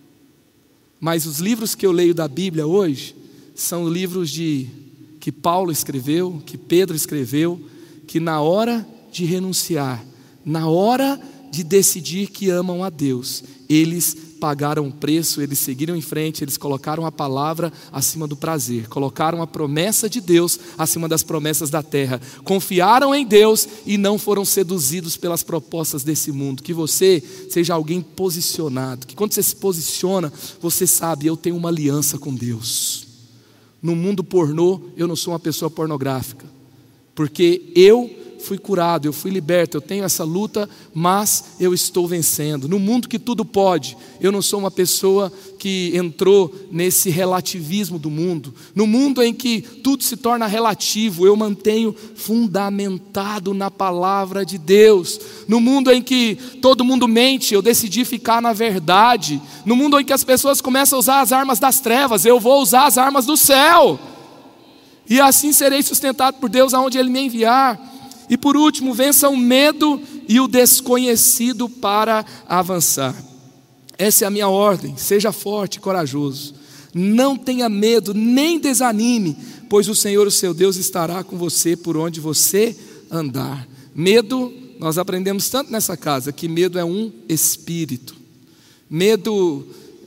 mas os livros que eu leio da Bíblia hoje são livros que Paulo escreveu, que Pedro escreveu, que na hora de renunciar, na hora de decidir que amam a Deus, eles pagaram o preço, eles seguiram em frente, eles colocaram a palavra acima do prazer, colocaram a promessa de Deus acima das promessas da terra, confiaram em Deus e não foram seduzidos pelas propostas desse mundo. Que você seja alguém posicionado, que quando você se posiciona, você sabe, eu tenho uma aliança com Deus. No mundo pornô, eu não sou uma pessoa pornográfica, porque eu fui curado, eu fui liberto, eu tenho essa luta, mas eu estou vencendo. No mundo que tudo pode, eu não sou uma pessoa que entrou nesse relativismo do mundo. No mundo em que tudo se torna relativo, eu mantenho fundamentado na palavra de Deus. No mundo em que todo mundo mente, eu decidi ficar na verdade. No mundo em que as pessoas começam a usar as armas das trevas, eu vou usar as armas do céu. E assim serei sustentado por Deus aonde Ele me enviar. E por último, vença o medo e o desconhecido para avançar. Essa é a minha ordem, seja forte e corajoso. Não tenha medo, nem desanime, pois o Senhor, o seu Deus, estará com você por onde você andar. Medo, nós aprendemos tanto nessa casa, que medo é um espírito. Medo,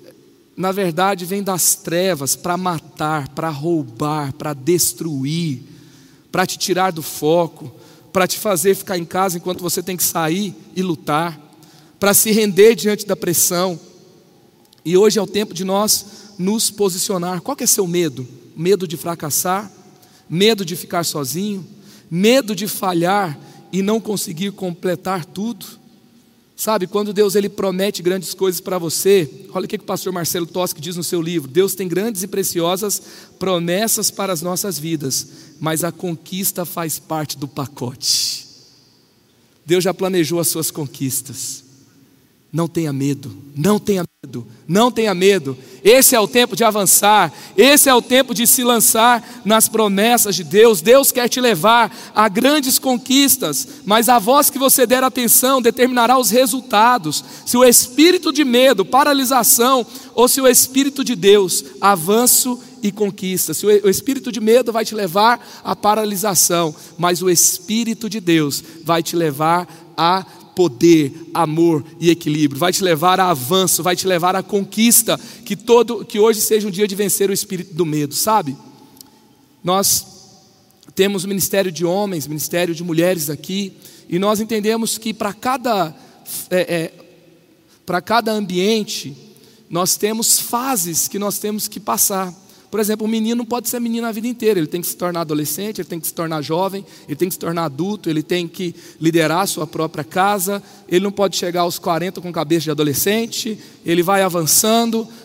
na verdade, vem das trevas para matar, para roubar, para destruir, para te tirar do foco, para te fazer ficar em casa enquanto você tem que sair e lutar, para se render diante da pressão. E hoje é o tempo de nós nos posicionar. Qual que é seu medo? Medo de fracassar? Medo de ficar sozinho? Medo de falhar e não conseguir completar tudo? Sabe, quando Deus ele promete grandes coisas para você, olha o que o pastor Marcelo Toschi diz no seu livro: Deus tem grandes e preciosas promessas para as nossas vidas, mas a conquista faz parte do pacote. Deus já planejou as suas conquistas. Não tenha medo, não tenha medo, não tenha medo. Esse é o tempo de avançar, esse é o tempo de se lançar nas promessas de Deus. Deus quer te levar a grandes conquistas, mas a voz que você der atenção determinará os resultados. Se o espírito de medo, paralisação, ou se o espírito de Deus, avanço e conquista. Se o espírito de medo vai te levar à paralisação, mas o espírito de Deus vai te levar a poder, amor e equilíbrio, vai te levar a avanço, vai te levar à conquista. Que hoje seja um dia de vencer o espírito do medo, sabe? Nós temos o ministério de homens, ministério de mulheres aqui, e nós entendemos que para cada ambiente nós temos fases que nós temos que passar. Por exemplo, um menino não pode ser menino a vida inteira, ele tem que se tornar adolescente, ele tem que se tornar jovem, ele tem que se tornar adulto, ele tem que liderar a sua própria casa, ele não pode chegar aos 40 com cabeça de adolescente, ele vai avançando.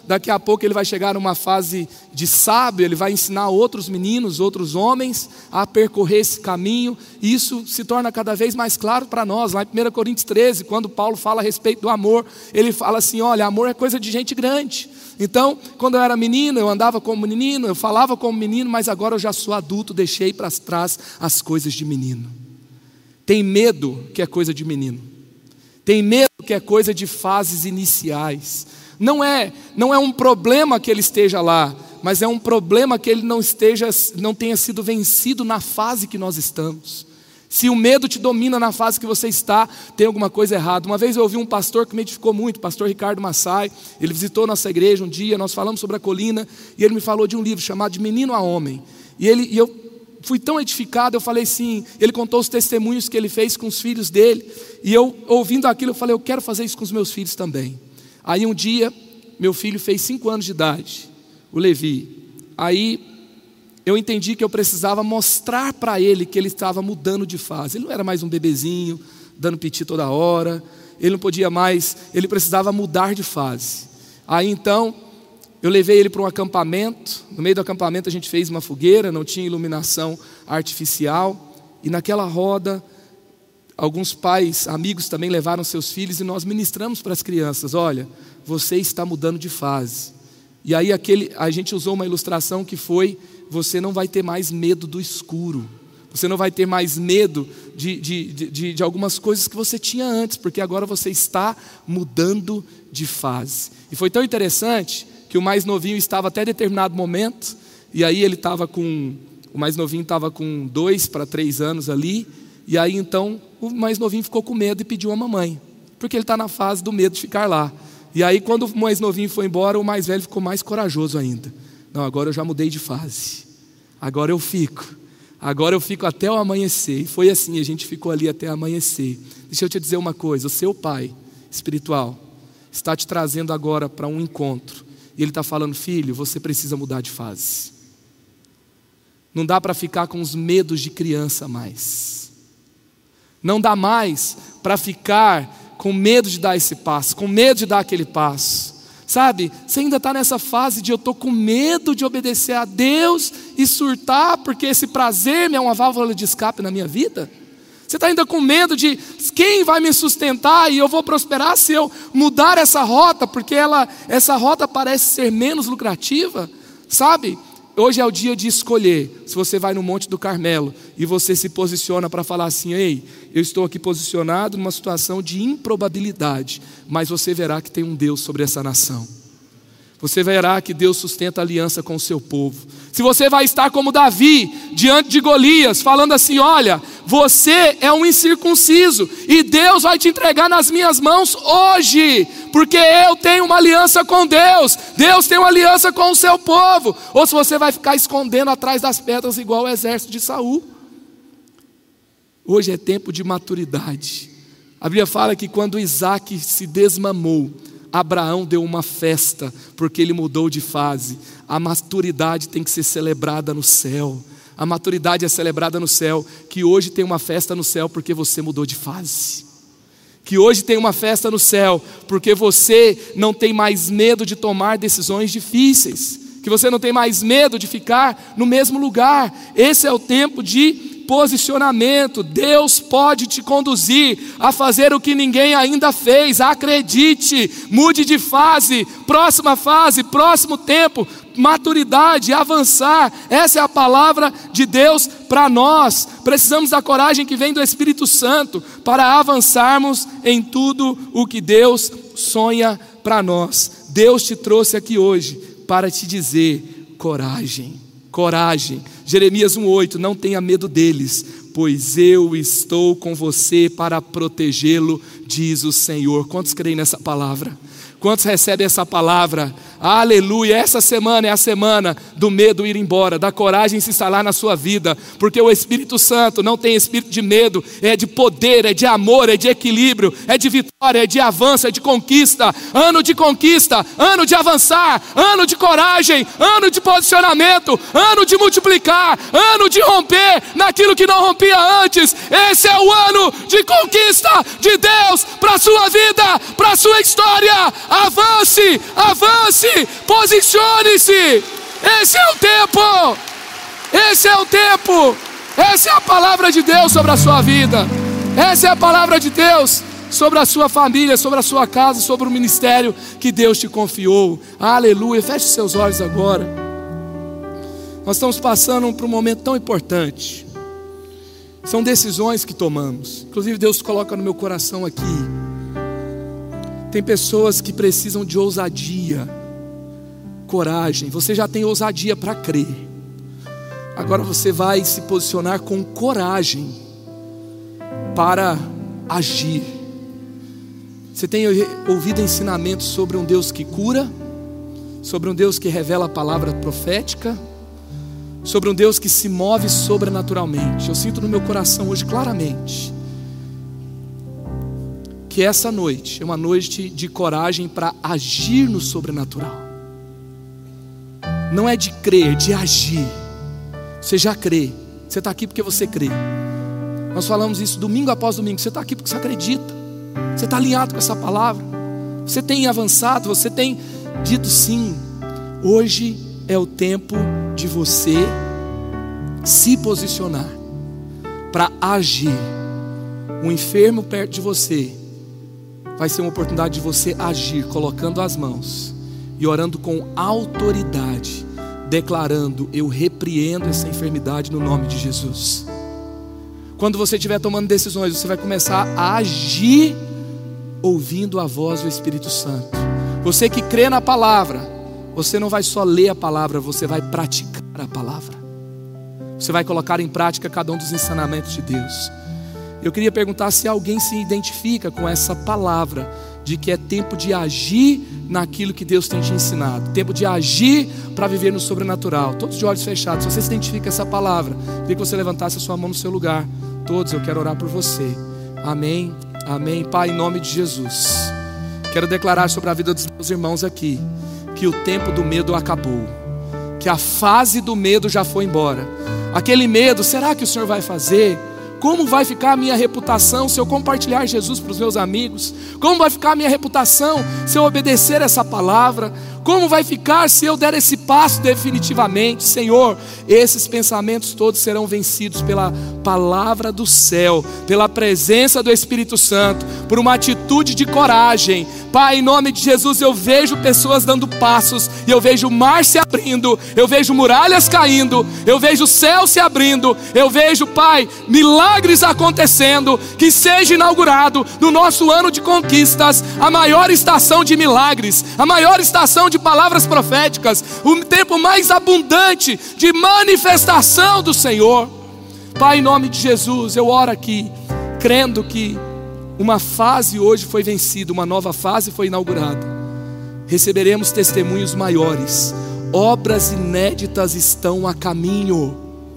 daqui a pouco ele vai chegar numa fase de sábio, ele vai ensinar outros meninos, outros homens a percorrer esse caminho, e isso se torna cada vez mais claro para nós. Lá em 1 Coríntios 13, quando Paulo fala a respeito do amor, ele fala assim, olha, amor é coisa de gente grande. Então, quando eu era menino, eu andava como menino, eu falava como menino, mas agora eu já sou adulto, deixei para trás as coisas de menino. Tem medo que é coisa de menino. Tem medo que é coisa de fases iniciais. Não é um problema que ele esteja lá, mas é um problema que ele não tenha sido vencido na fase que nós estamos. Se o medo te domina na fase que você está, tem alguma coisa errada. Uma vez eu ouvi um pastor que me edificou muito, o pastor Ricardo Massai. Ele visitou nossa igreja um dia, nós falamos sobre a colina, e ele me falou de um livro chamado De Menino a Homem. E eu fui tão edificado, eu falei assim, ele contou os testemunhos que ele fez com os filhos dele, e eu, ouvindo aquilo, eu falei, eu quero fazer isso com os meus filhos também. Aí um dia, meu filho fez 5 anos de idade, o Levi. Aí eu entendi que eu precisava mostrar para ele que ele estava mudando de fase. Ele não era mais um bebezinho, dando piti toda hora, ele não podia mais, ele precisava mudar de fase. Aí então, eu levei ele para um acampamento. No meio do acampamento a gente fez uma fogueira, não tinha iluminação artificial, e naquela roda, alguns pais, amigos também levaram seus filhos, e nós ministramos para as crianças, olha, você está mudando de fase. E aí a gente usou uma ilustração que foi, você não vai ter mais medo do escuro, você não vai ter mais medo de algumas coisas que você tinha antes, porque agora você está mudando de fase. E foi tão interessante que o mais novinho estava até determinado momento, e aí o mais novinho estava com 2 para 3 anos ali, e aí então o mais novinho ficou com medo e pediu a mamãe, porque ele está na fase do medo de ficar lá. E aí quando o mais novinho foi embora, o mais velho ficou mais corajoso ainda. Não, agora eu já mudei de fase, agora eu fico até o amanhecer. E foi assim, a gente ficou ali até amanhecer. Deixa eu te dizer uma coisa, o seu pai espiritual está te trazendo agora para um encontro, e ele está falando, filho, você precisa mudar de fase. Não dá para ficar com os medos de criança mais. Não dá mais para ficar com medo de dar esse passo, com medo de dar aquele passo. Sabe, você ainda está nessa fase de eu estou com medo de obedecer a Deus e surtar, porque esse prazer é uma válvula de escape na minha vida? Você está ainda com medo de quem vai me sustentar e eu vou prosperar se eu mudar essa rota, porque essa rota parece ser menos lucrativa? Sabe, hoje é o dia de escolher. Se você vai no Monte do Carmelo e você se posiciona para falar assim, ei, eu estou aqui posicionado numa situação de improbabilidade, mas você verá que tem um Deus sobre essa nação. Você verá que Deus sustenta a aliança com o seu povo. Se você vai estar como Davi, diante de Golias, falando assim, olha, você é um incircunciso, e Deus vai te entregar nas minhas mãos hoje, porque eu tenho uma aliança com Deus, Deus tem uma aliança com o seu povo. Ou se você vai ficar escondendo atrás das pedras igual o exército de Saul. Hoje é tempo de maturidade. A Bíblia fala que quando Isaac se desmamou, Abraão deu uma festa, porque ele mudou de fase. A maturidade tem que ser celebrada no céu. A maturidade é celebrada no céu. Que hoje tem uma festa no céu porque você mudou de fase. Que hoje tem uma festa no céu porque você não tem mais medo de tomar decisões difíceis. Que você não tem mais medo de ficar no mesmo lugar. Esse é o tempo de posicionamento. Deus pode te conduzir a fazer o que ninguém ainda fez. Acredite, mude de fase, próximo tempo, maturidade, avançar. Essa é a palavra de Deus para nós. Precisamos da coragem que vem do Espírito Santo para avançarmos em tudo o que Deus sonha para nós. Deus te trouxe aqui hoje para te dizer, coragem. Jeremias 1:8, não tenha medo deles, pois eu estou com você para protegê-lo, diz o Senhor. Quantos creem nessa palavra? Quantos recebem essa palavra? Aleluia, essa semana é a semana do medo ir embora, da coragem se instalar na sua vida, porque o Espírito Santo não tem espírito de medo, é de poder, é de amor, é de equilíbrio, é de vitória, é de avanço, é de conquista. Ano de conquista, ano de avançar, ano de coragem, ano de posicionamento, ano de multiplicar, ano de romper naquilo que não rompia antes. Esse é o ano de conquista de Deus para a sua vida, para a sua história. avance, avance, posicione-se. Esse é o tempo, esse é o tempo. Essa é a palavra de Deus sobre a sua vida. Essa é a palavra de Deus sobre a sua família, sobre a sua casa, sobre o ministério que Deus te confiou. Aleluia. Feche seus olhos agora. Nós estamos passando por um momento tão importante. São decisões que tomamos. Inclusive Deus coloca no meu coração aqui. Tem pessoas que precisam de ousadia, coragem. Você já tem ousadia para crer. Agora você vai se posicionar com coragem para agir. Você tem ouvido ensinamentos sobre um Deus que cura, sobre um Deus que revela a palavra profética, sobre um Deus que se move sobrenaturalmente. Eu sinto no meu coração hoje claramente que essa noite é uma noite de coragem para agir no sobrenatural. Não é de crer, de agir. Você já crê, você está aqui porque você crê. Nós falamos isso domingo após domingo. Você está aqui porque você acredita, você está alinhado com essa palavra, você tem avançado, você tem dito sim. Hoje é o tempo de você se posicionar para agir. Um enfermo perto de você vai ser uma oportunidade de você agir, colocando as mãos e orando com autoridade, declarando: eu repreendo essa enfermidade no nome de Jesus. Quando você estiver tomando decisões, você vai começar a agir ouvindo a voz do Espírito Santo. Você que crê na palavra, você não vai só ler a palavra, você vai praticar a palavra. Você vai colocar em prática cada um dos ensinamentos de Deus. Eu queria perguntar se alguém se identifica com essa palavra de que é tempo de agir naquilo que Deus tem te ensinado, tempo de agir para viver no sobrenatural. Todos de olhos fechados. Se você se identifica com essa palavra, queria que você levantasse a sua mão no seu lugar. Todos, eu quero orar por você. Amém, amém. Pai, em nome de Jesus, quero declarar sobre a vida dos meus irmãos aqui que o tempo do medo acabou, que a fase do medo já foi embora. Aquele medo, será que o Senhor vai fazer? Como vai ficar a minha reputação se eu compartilhar Jesus para os meus amigos? Como vai ficar a minha reputação se eu obedecer essa palavra? Como vai ficar se eu der esse passo definitivamente? Senhor, esses pensamentos todos serão vencidos pela palavra do céu, pela presença do Espírito Santo, por uma atitude de coragem. Pai, em nome de Jesus, eu vejo pessoas dando passos, e eu vejo o mar se abrindo, eu vejo muralhas caindo, eu vejo o céu se abrindo, eu vejo, Pai, milagres acontecendo. Que seja inaugurado no nosso ano de conquistas a maior estação de milagres, a maior estação de palavras proféticas, o tempo mais abundante de manifestação do Senhor. Pai, em nome de Jesus, eu oro aqui, crendo que uma fase hoje foi vencida, uma nova fase foi inaugurada. Receberemos testemunhos maiores, obras inéditas estão a caminho,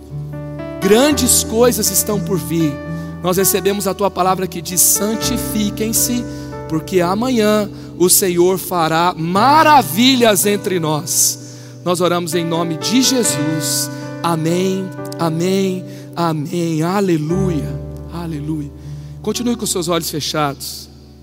grandes coisas estão por vir. Nós recebemos a tua palavra que diz: santifiquem-se, porque amanhã o Senhor fará maravilhas entre nós. Nós oramos em nome de Jesus. Amém, amém, amém. Aleluia, aleluia. Continue com seus olhos fechados.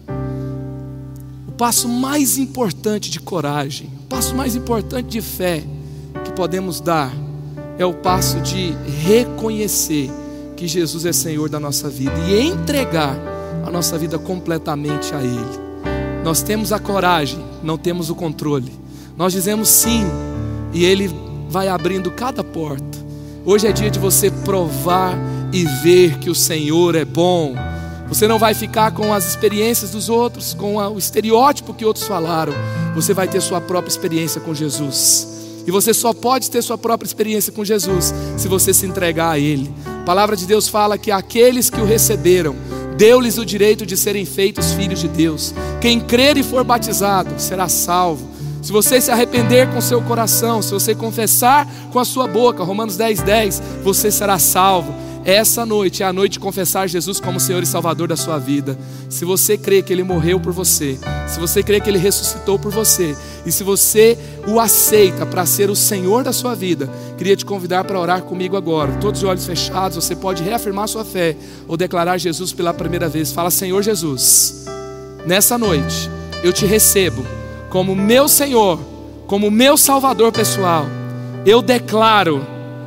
O passo mais importante de coragem, o passo mais importante de fé que podemos dar é o passo de reconhecer que Jesus é Senhor da nossa vida e entregar a nossa vida completamente a Ele. Nós temos a coragem, não temos o controle. Nós dizemos sim e Ele vai abrindo cada porta. Hoje é dia de você provar e ver que o Senhor é bom. Você não vai ficar com as experiências dos outros, com o estereótipo que outros falaram. Você vai ter sua própria experiência com Jesus. E você só pode ter sua própria experiência com Jesus se você se entregar a Ele. A palavra de Deus fala que aqueles que o receberam, deu-lhes o direito de serem feitos filhos de Deus. Quem crer e for batizado será salvo. Se você se arrepender com seu coração, se você confessar com a sua boca, Romanos 10:10, você será salvo. Essa noite é a noite de confessar Jesus como Senhor e Salvador da sua vida. Se você crê que Ele morreu por você, se você crê que Ele ressuscitou por você, e se você o aceita para ser o Senhor da sua vida, queria te convidar para orar comigo agora. Todos os olhos fechados, você pode reafirmar sua fé ou declarar Jesus pela primeira vez. Fala: Senhor Jesus, nessa noite eu te recebo como meu Senhor, como meu Salvador pessoal. Eu declaro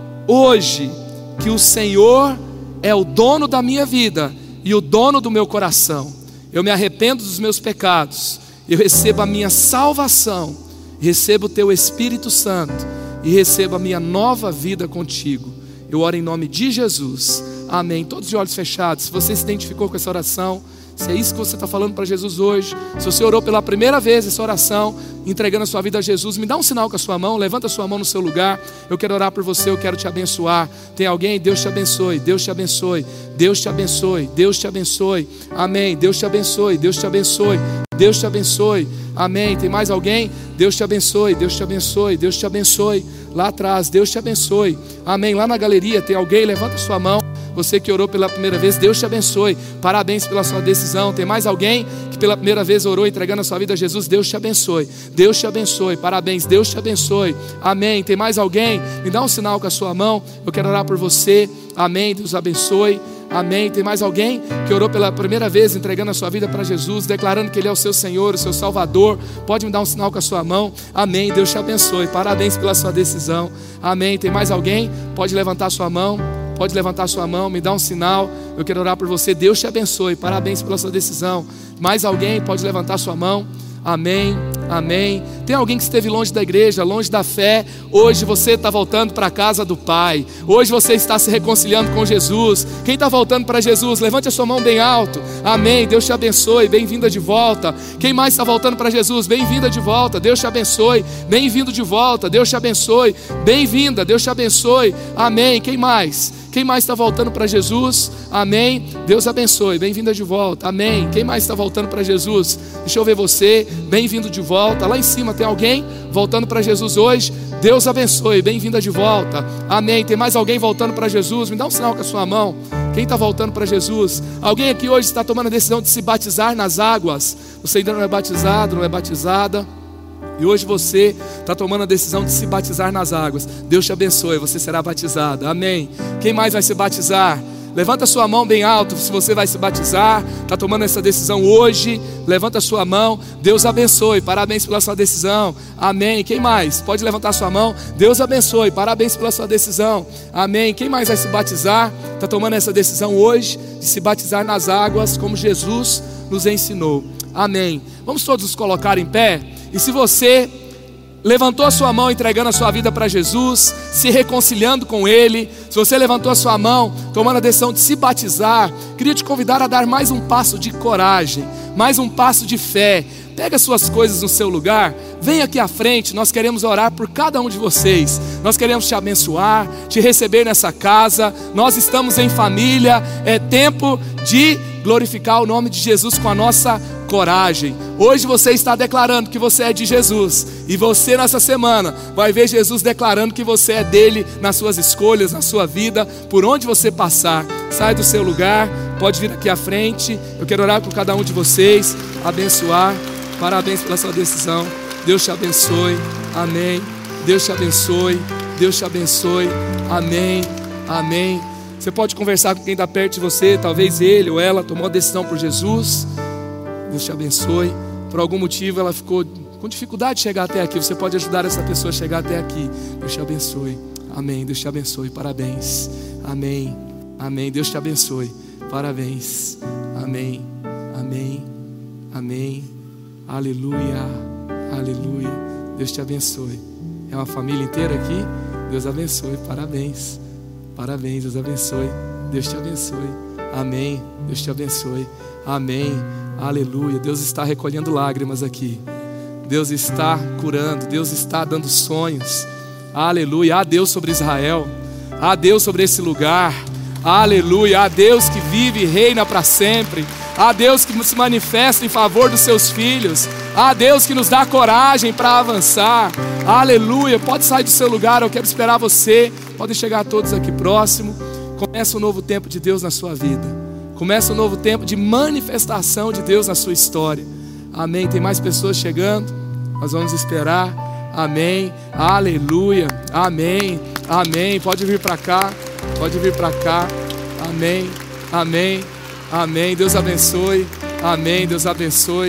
hoje que o Senhor é o dono da minha vida e o dono do meu coração. Eu me arrependo dos meus pecados, eu recebo a minha salvação, recebo o teu Espírito Santo e recebo a minha nova vida contigo. Eu oro em nome de Jesus, amém. Todos de olhos fechados. Se você se identificou com essa oração, se é isso que você está falando para Jesus hoje, se você orou pela primeira vez essa oração, entregando a sua vida a Jesus, me dá um sinal com a sua mão, levanta a sua mão no seu lugar. Eu quero orar por você, eu quero te abençoar. Tem alguém? Deus te abençoe, Deus te abençoe, Deus te abençoe, Deus te abençoe, amém. Deus te abençoe, Deus te abençoe, Deus te abençoe, amém. Tem mais alguém? Deus te abençoe, Deus te abençoe, Deus te abençoe. Lá atrás, Deus te abençoe, amém. Lá na galeria tem alguém? Levanta a sua mão. Você que orou pela primeira vez, Deus te abençoe, parabéns pela sua decisão. Tem mais alguém que pela primeira vez orou entregando a sua vida a Jesus? Deus te abençoe, Deus te abençoe, parabéns, Deus te abençoe, amém. Tem mais alguém? Me dá um sinal com a sua mão, eu quero orar por você, amém. Deus abençoe, amém. Tem mais alguém que orou pela primeira vez entregando a sua vida para Jesus, declarando que Ele é o seu Senhor, o seu Salvador? Pode me dar um sinal com a sua mão, amém. Deus te abençoe, parabéns pela sua decisão, amém. Tem mais alguém? Pode levantar a sua mão. Pode levantar sua mão, me dá um sinal. Eu quero orar por você. Deus te abençoe, parabéns pela sua decisão. Mais alguém? Pode levantar sua mão. Amém, amém. Tem alguém que esteve longe da igreja, longe da fé? Hoje você está voltando para a casa do Pai. Hoje você está se reconciliando com Jesus. Quem está voltando para Jesus? Levante a sua mão bem alto. Amém, Deus te abençoe, bem-vinda de volta. Quem mais está voltando para Jesus? Bem-vinda de volta, Deus te abençoe. Bem-vindo de volta, Deus te abençoe. Bem-vinda, Deus te abençoe. Amém, quem mais? Quem mais está voltando para Jesus? Amém. Deus abençoe. Bem-vinda de volta. Amém. Quem mais está voltando para Jesus? Deixa eu ver você. Bem-vindo de volta. Lá em cima tem alguém voltando para Jesus hoje? Deus abençoe. Bem-vinda de volta. Amém. Tem mais alguém voltando para Jesus? Me dá um sinal com a sua mão. Quem está voltando para Jesus? Alguém aqui hoje está tomando a decisão de se batizar nas águas? Você ainda não é batizado, não é batizada? E hoje você está tomando a decisão de se batizar nas águas. Deus te abençoe, você será batizado, amém. Quem mais vai se batizar? Levanta a sua mão bem alto se você vai se batizar, está tomando essa decisão hoje. Levanta a sua mão, Deus abençoe, parabéns pela sua decisão, amém. Quem mais? Pode levantar a sua mão, Deus abençoe, parabéns pela sua decisão, amém. Quem mais vai se batizar? Está tomando essa decisão hoje de se batizar nas águas, como Jesus nos ensinou, amém. Vamos todos nos colocar em pé. E se você levantou a sua mão entregando a sua vida para Jesus, se reconciliando com Ele, se você levantou a sua mão tomando a decisão de se batizar, queria te convidar a dar mais um passo de coragem, mais um passo de fé. Pega suas coisas no seu lugar, vem aqui à frente, nós queremos orar por cada um de vocês. Nós queremos te abençoar, te receber nessa casa. Nós estamos em família, é tempo de glorificar o nome de Jesus com a nossa coragem. Hoje você está declarando que você é de Jesus, e você nessa semana vai ver Jesus declarando que você é dele nas suas escolhas, na sua vida, por onde você passar. Sai do seu lugar, pode vir aqui à frente. Eu quero orar por cada um de vocês, abençoar. Parabéns pela sua decisão. Deus te abençoe, amém. Deus te abençoe, Deus te abençoe, amém, amém. Você pode conversar com quem está perto de você, talvez ele ou ela tomou a decisão por Jesus. Deus te abençoe. Por algum motivo ela ficou com dificuldade de chegar até aqui. Você pode ajudar essa pessoa a chegar até aqui. Deus te abençoe, amém. Deus te abençoe, parabéns, amém, amém. Deus te abençoe, parabéns, amém, amém, amém, aleluia, aleluia. Deus te abençoe. É uma família inteira aqui? Deus abençoe, parabéns, parabéns, Deus abençoe. Deus te abençoe, amém. Deus te abençoe, amém, aleluia. Deus está recolhendo lágrimas aqui. Deus está curando, Deus está dando sonhos, aleluia. Há Deus sobre Israel, há Deus sobre esse lugar, aleluia. Há Deus que vive e reina para sempre. Há Deus que se manifesta em favor dos seus filhos. Há Deus que nos dá coragem para avançar, aleluia. Pode sair do seu lugar, eu quero esperar você. Podem chegar todos aqui próximo. Começa um novo tempo de Deus na sua vida. Começa um novo tempo de manifestação de Deus na sua história, amém. Tem mais pessoas chegando, nós vamos esperar, amém, aleluia, amém, amém. Pode vir para cá, pode vir para cá, amém, amém, amém. Deus abençoe, amém. Deus abençoe,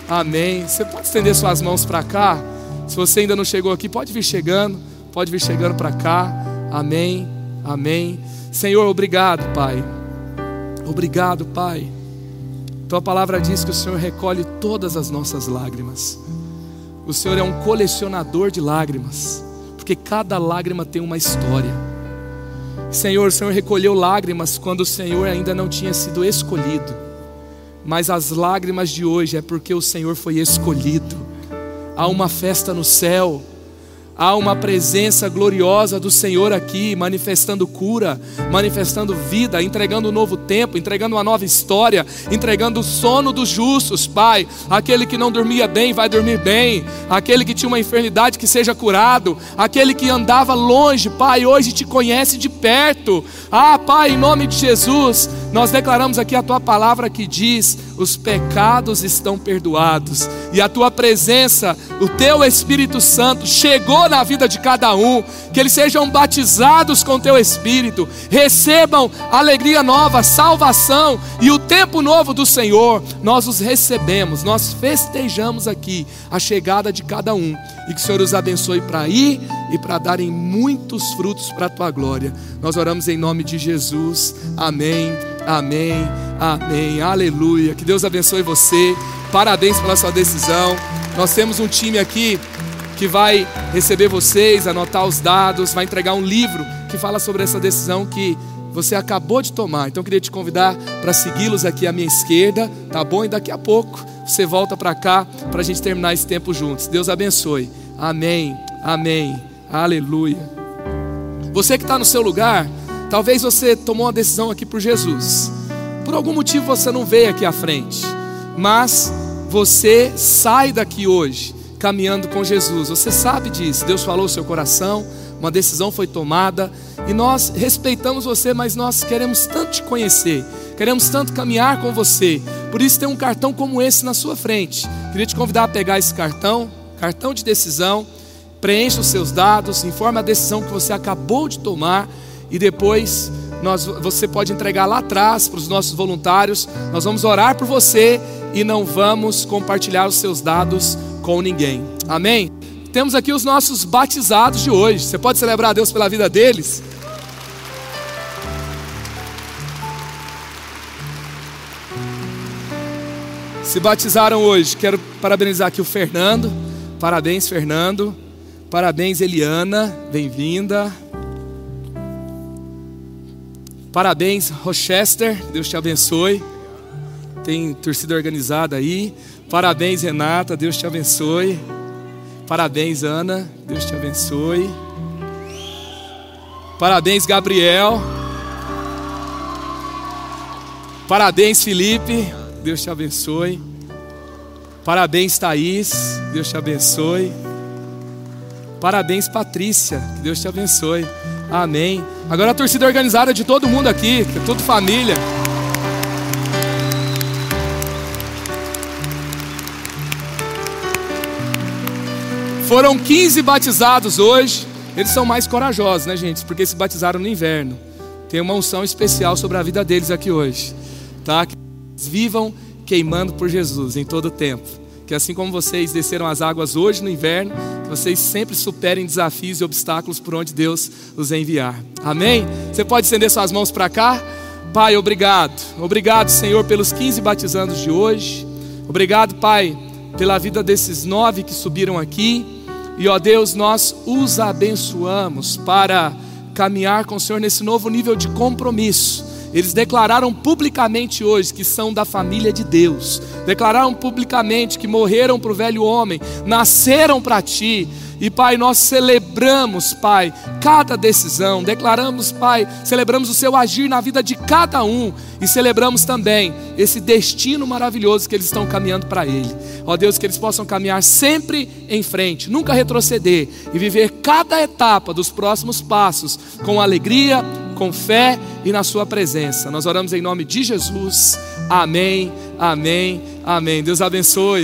Amém. Você pode estender suas mãos para cá. Se você ainda não chegou aqui, pode vir chegando para cá. Amém, amém. Senhor, obrigado, Pai. Obrigado, Pai. Tua palavra diz que o Senhor recolhe todas as nossas lágrimas. O Senhor é um colecionador de lágrimas, porque cada lágrima tem uma história. Senhor, o Senhor recolheu lágrimas quando o Senhor ainda não tinha sido escolhido. Mas as lágrimas de hoje é porque o Senhor foi escolhido. Há uma festa no céu. Há uma presença gloriosa do Senhor aqui, manifestando cura, manifestando vida, entregando um novo tempo, entregando uma nova história, entregando o sono dos justos, Pai. Aquele que não dormia bem vai dormir bem, aquele que tinha uma enfermidade que seja curado, aquele que andava longe, Pai, hoje te conhece de perto. Pai, em nome de Jesus, nós declaramos aqui a Tua palavra que diz: os pecados estão perdoados, e a Tua presença, o Teu Espírito Santo chegou na vida de cada um. Que eles sejam batizados com Teu Espírito, recebam alegria nova, salvação e o tempo novo do Senhor. Nós os recebemos, nós festejamos aqui a chegada de cada um, e que o Senhor os abençoe para ir e para darem muitos frutos para a Tua glória. Nós oramos em nome de Jesus. Amém, amém, amém, aleluia. Que Deus abençoe você. Parabéns pela sua decisão. Nós temos um time aqui que vai receber vocês, anotar os dados, vai entregar um livro que fala sobre essa decisão que você acabou de tomar. Então eu queria te convidar para segui-los aqui à minha esquerda, tá bom? E daqui a pouco você volta para cá para a gente terminar esse tempo juntos. Deus abençoe. Amém, amém, aleluia. Você que está no seu lugar, talvez você tomou uma decisão aqui por Jesus. Por algum motivo você não veio aqui à frente, mas você sai daqui hoje caminhando com Jesus. Você sabe disso. Deus falou no seu coração, uma decisão foi tomada, e nós respeitamos você, mas nós queremos tanto te conhecer, queremos tanto caminhar com você. Por isso tem um cartão como esse na sua frente. Queria te convidar a pegar esse cartão de decisão, preencha os seus dados, informe a decisão que você acabou de tomar, e depois você pode entregar lá atrás para os nossos voluntários. Nós vamos orar por você e não vamos compartilhar os seus dados com ninguém. Amém? Temos aqui os nossos batizados de hoje. Você pode celebrar a Deus pela vida deles? Se batizaram hoje. Quero parabenizar aqui o Fernando. Parabéns, Fernando. Parabéns, Eliana. Bem-vinda. Parabéns, Rochester. Deus te abençoe. Tem torcida organizada aí. Parabéns, Renata, Deus te abençoe. Parabéns, Ana, Deus te abençoe. Parabéns, Gabriel. Parabéns, Felipe, Deus te abençoe. Parabéns, Thaís, Deus te abençoe. Parabéns, Patrícia, que Deus te abençoe. Amém. Agora a torcida organizada de todo mundo aqui, que é tudo família. Foram 15 batizados hoje. Eles são mais corajosos, né, gente? Porque se batizaram no inverno. Tem uma unção especial sobre a vida deles aqui hoje, tá? Que eles vivam queimando por Jesus em todo o tempo. Que assim como vocês desceram as águas hoje no inverno, que vocês sempre superem desafios e obstáculos por onde Deus os enviar. Amém? Você pode estender suas mãos para cá? Pai, obrigado. Obrigado, Senhor, pelos 15 batizandos de hoje. Obrigado, Pai, pela vida desses 9 que subiram aqui. E ó Deus, nós os abençoamos para caminhar com o Senhor nesse novo nível de compromisso. Eles declararam publicamente hoje que são da família de Deus. Declararam publicamente que morreram para o velho homem, nasceram para Ti. E Pai, nós celebramos, Pai, cada decisão. Declaramos, Pai, celebramos o Seu agir na vida de cada um. E celebramos também esse destino maravilhoso que eles estão caminhando para Ele. Ó Deus, que eles possam caminhar sempre em frente, nunca retroceder. E viver cada etapa dos próximos passos com alegria, com fé e na Sua presença. Nós oramos em nome de Jesus. Amém, amém, amém. Deus abençoe.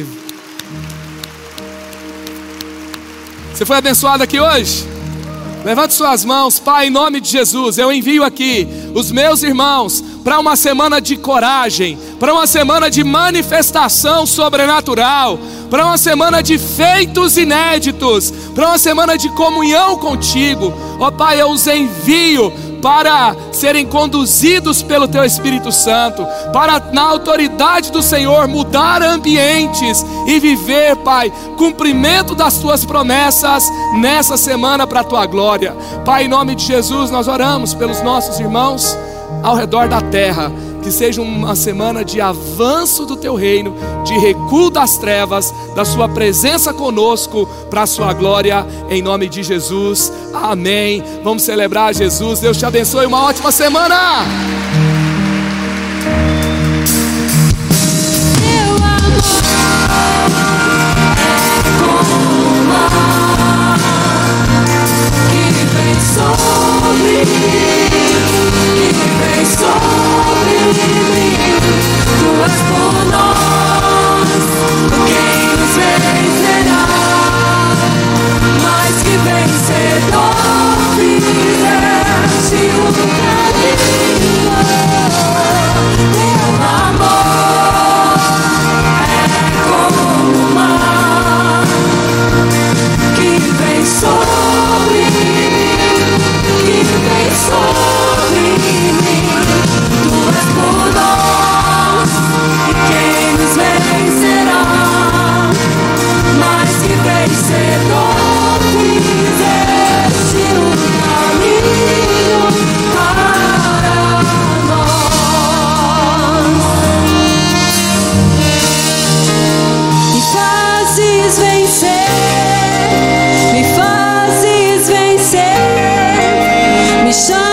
Você foi abençoado aqui hoje? Levante suas mãos. Pai, em nome de Jesus, eu envio aqui os meus irmãos para uma semana de coragem, para uma semana de manifestação sobrenatural, para uma semana de feitos inéditos, para uma semana de comunhão contigo. Ó Pai, eu os envio para serem conduzidos pelo Teu Espírito Santo, para na autoridade do Senhor mudar ambientes e viver, Pai, cumprimento das Tuas promessas nessa semana para a Tua glória. Pai, em nome de Jesus, nós oramos pelos nossos irmãos ao redor da terra. Que seja uma semana de avanço do Teu reino, de recuo das trevas, da Sua presença conosco, para a Sua glória, em nome de Jesus, amém. Vamos celebrar Jesus. Deus te abençoe, uma ótima semana. Tu és por nós, quem nos vencerá? Mais que vencedor, fizeste o caminho. Teu amor é como o mar que vem sobre mim, que vem sobre mim. Tu és por nós, e quem nos vencerá? Mais que vencedor, fizeste o caminho para nós. Me fazes vencer, me fazes vencer, me chamas.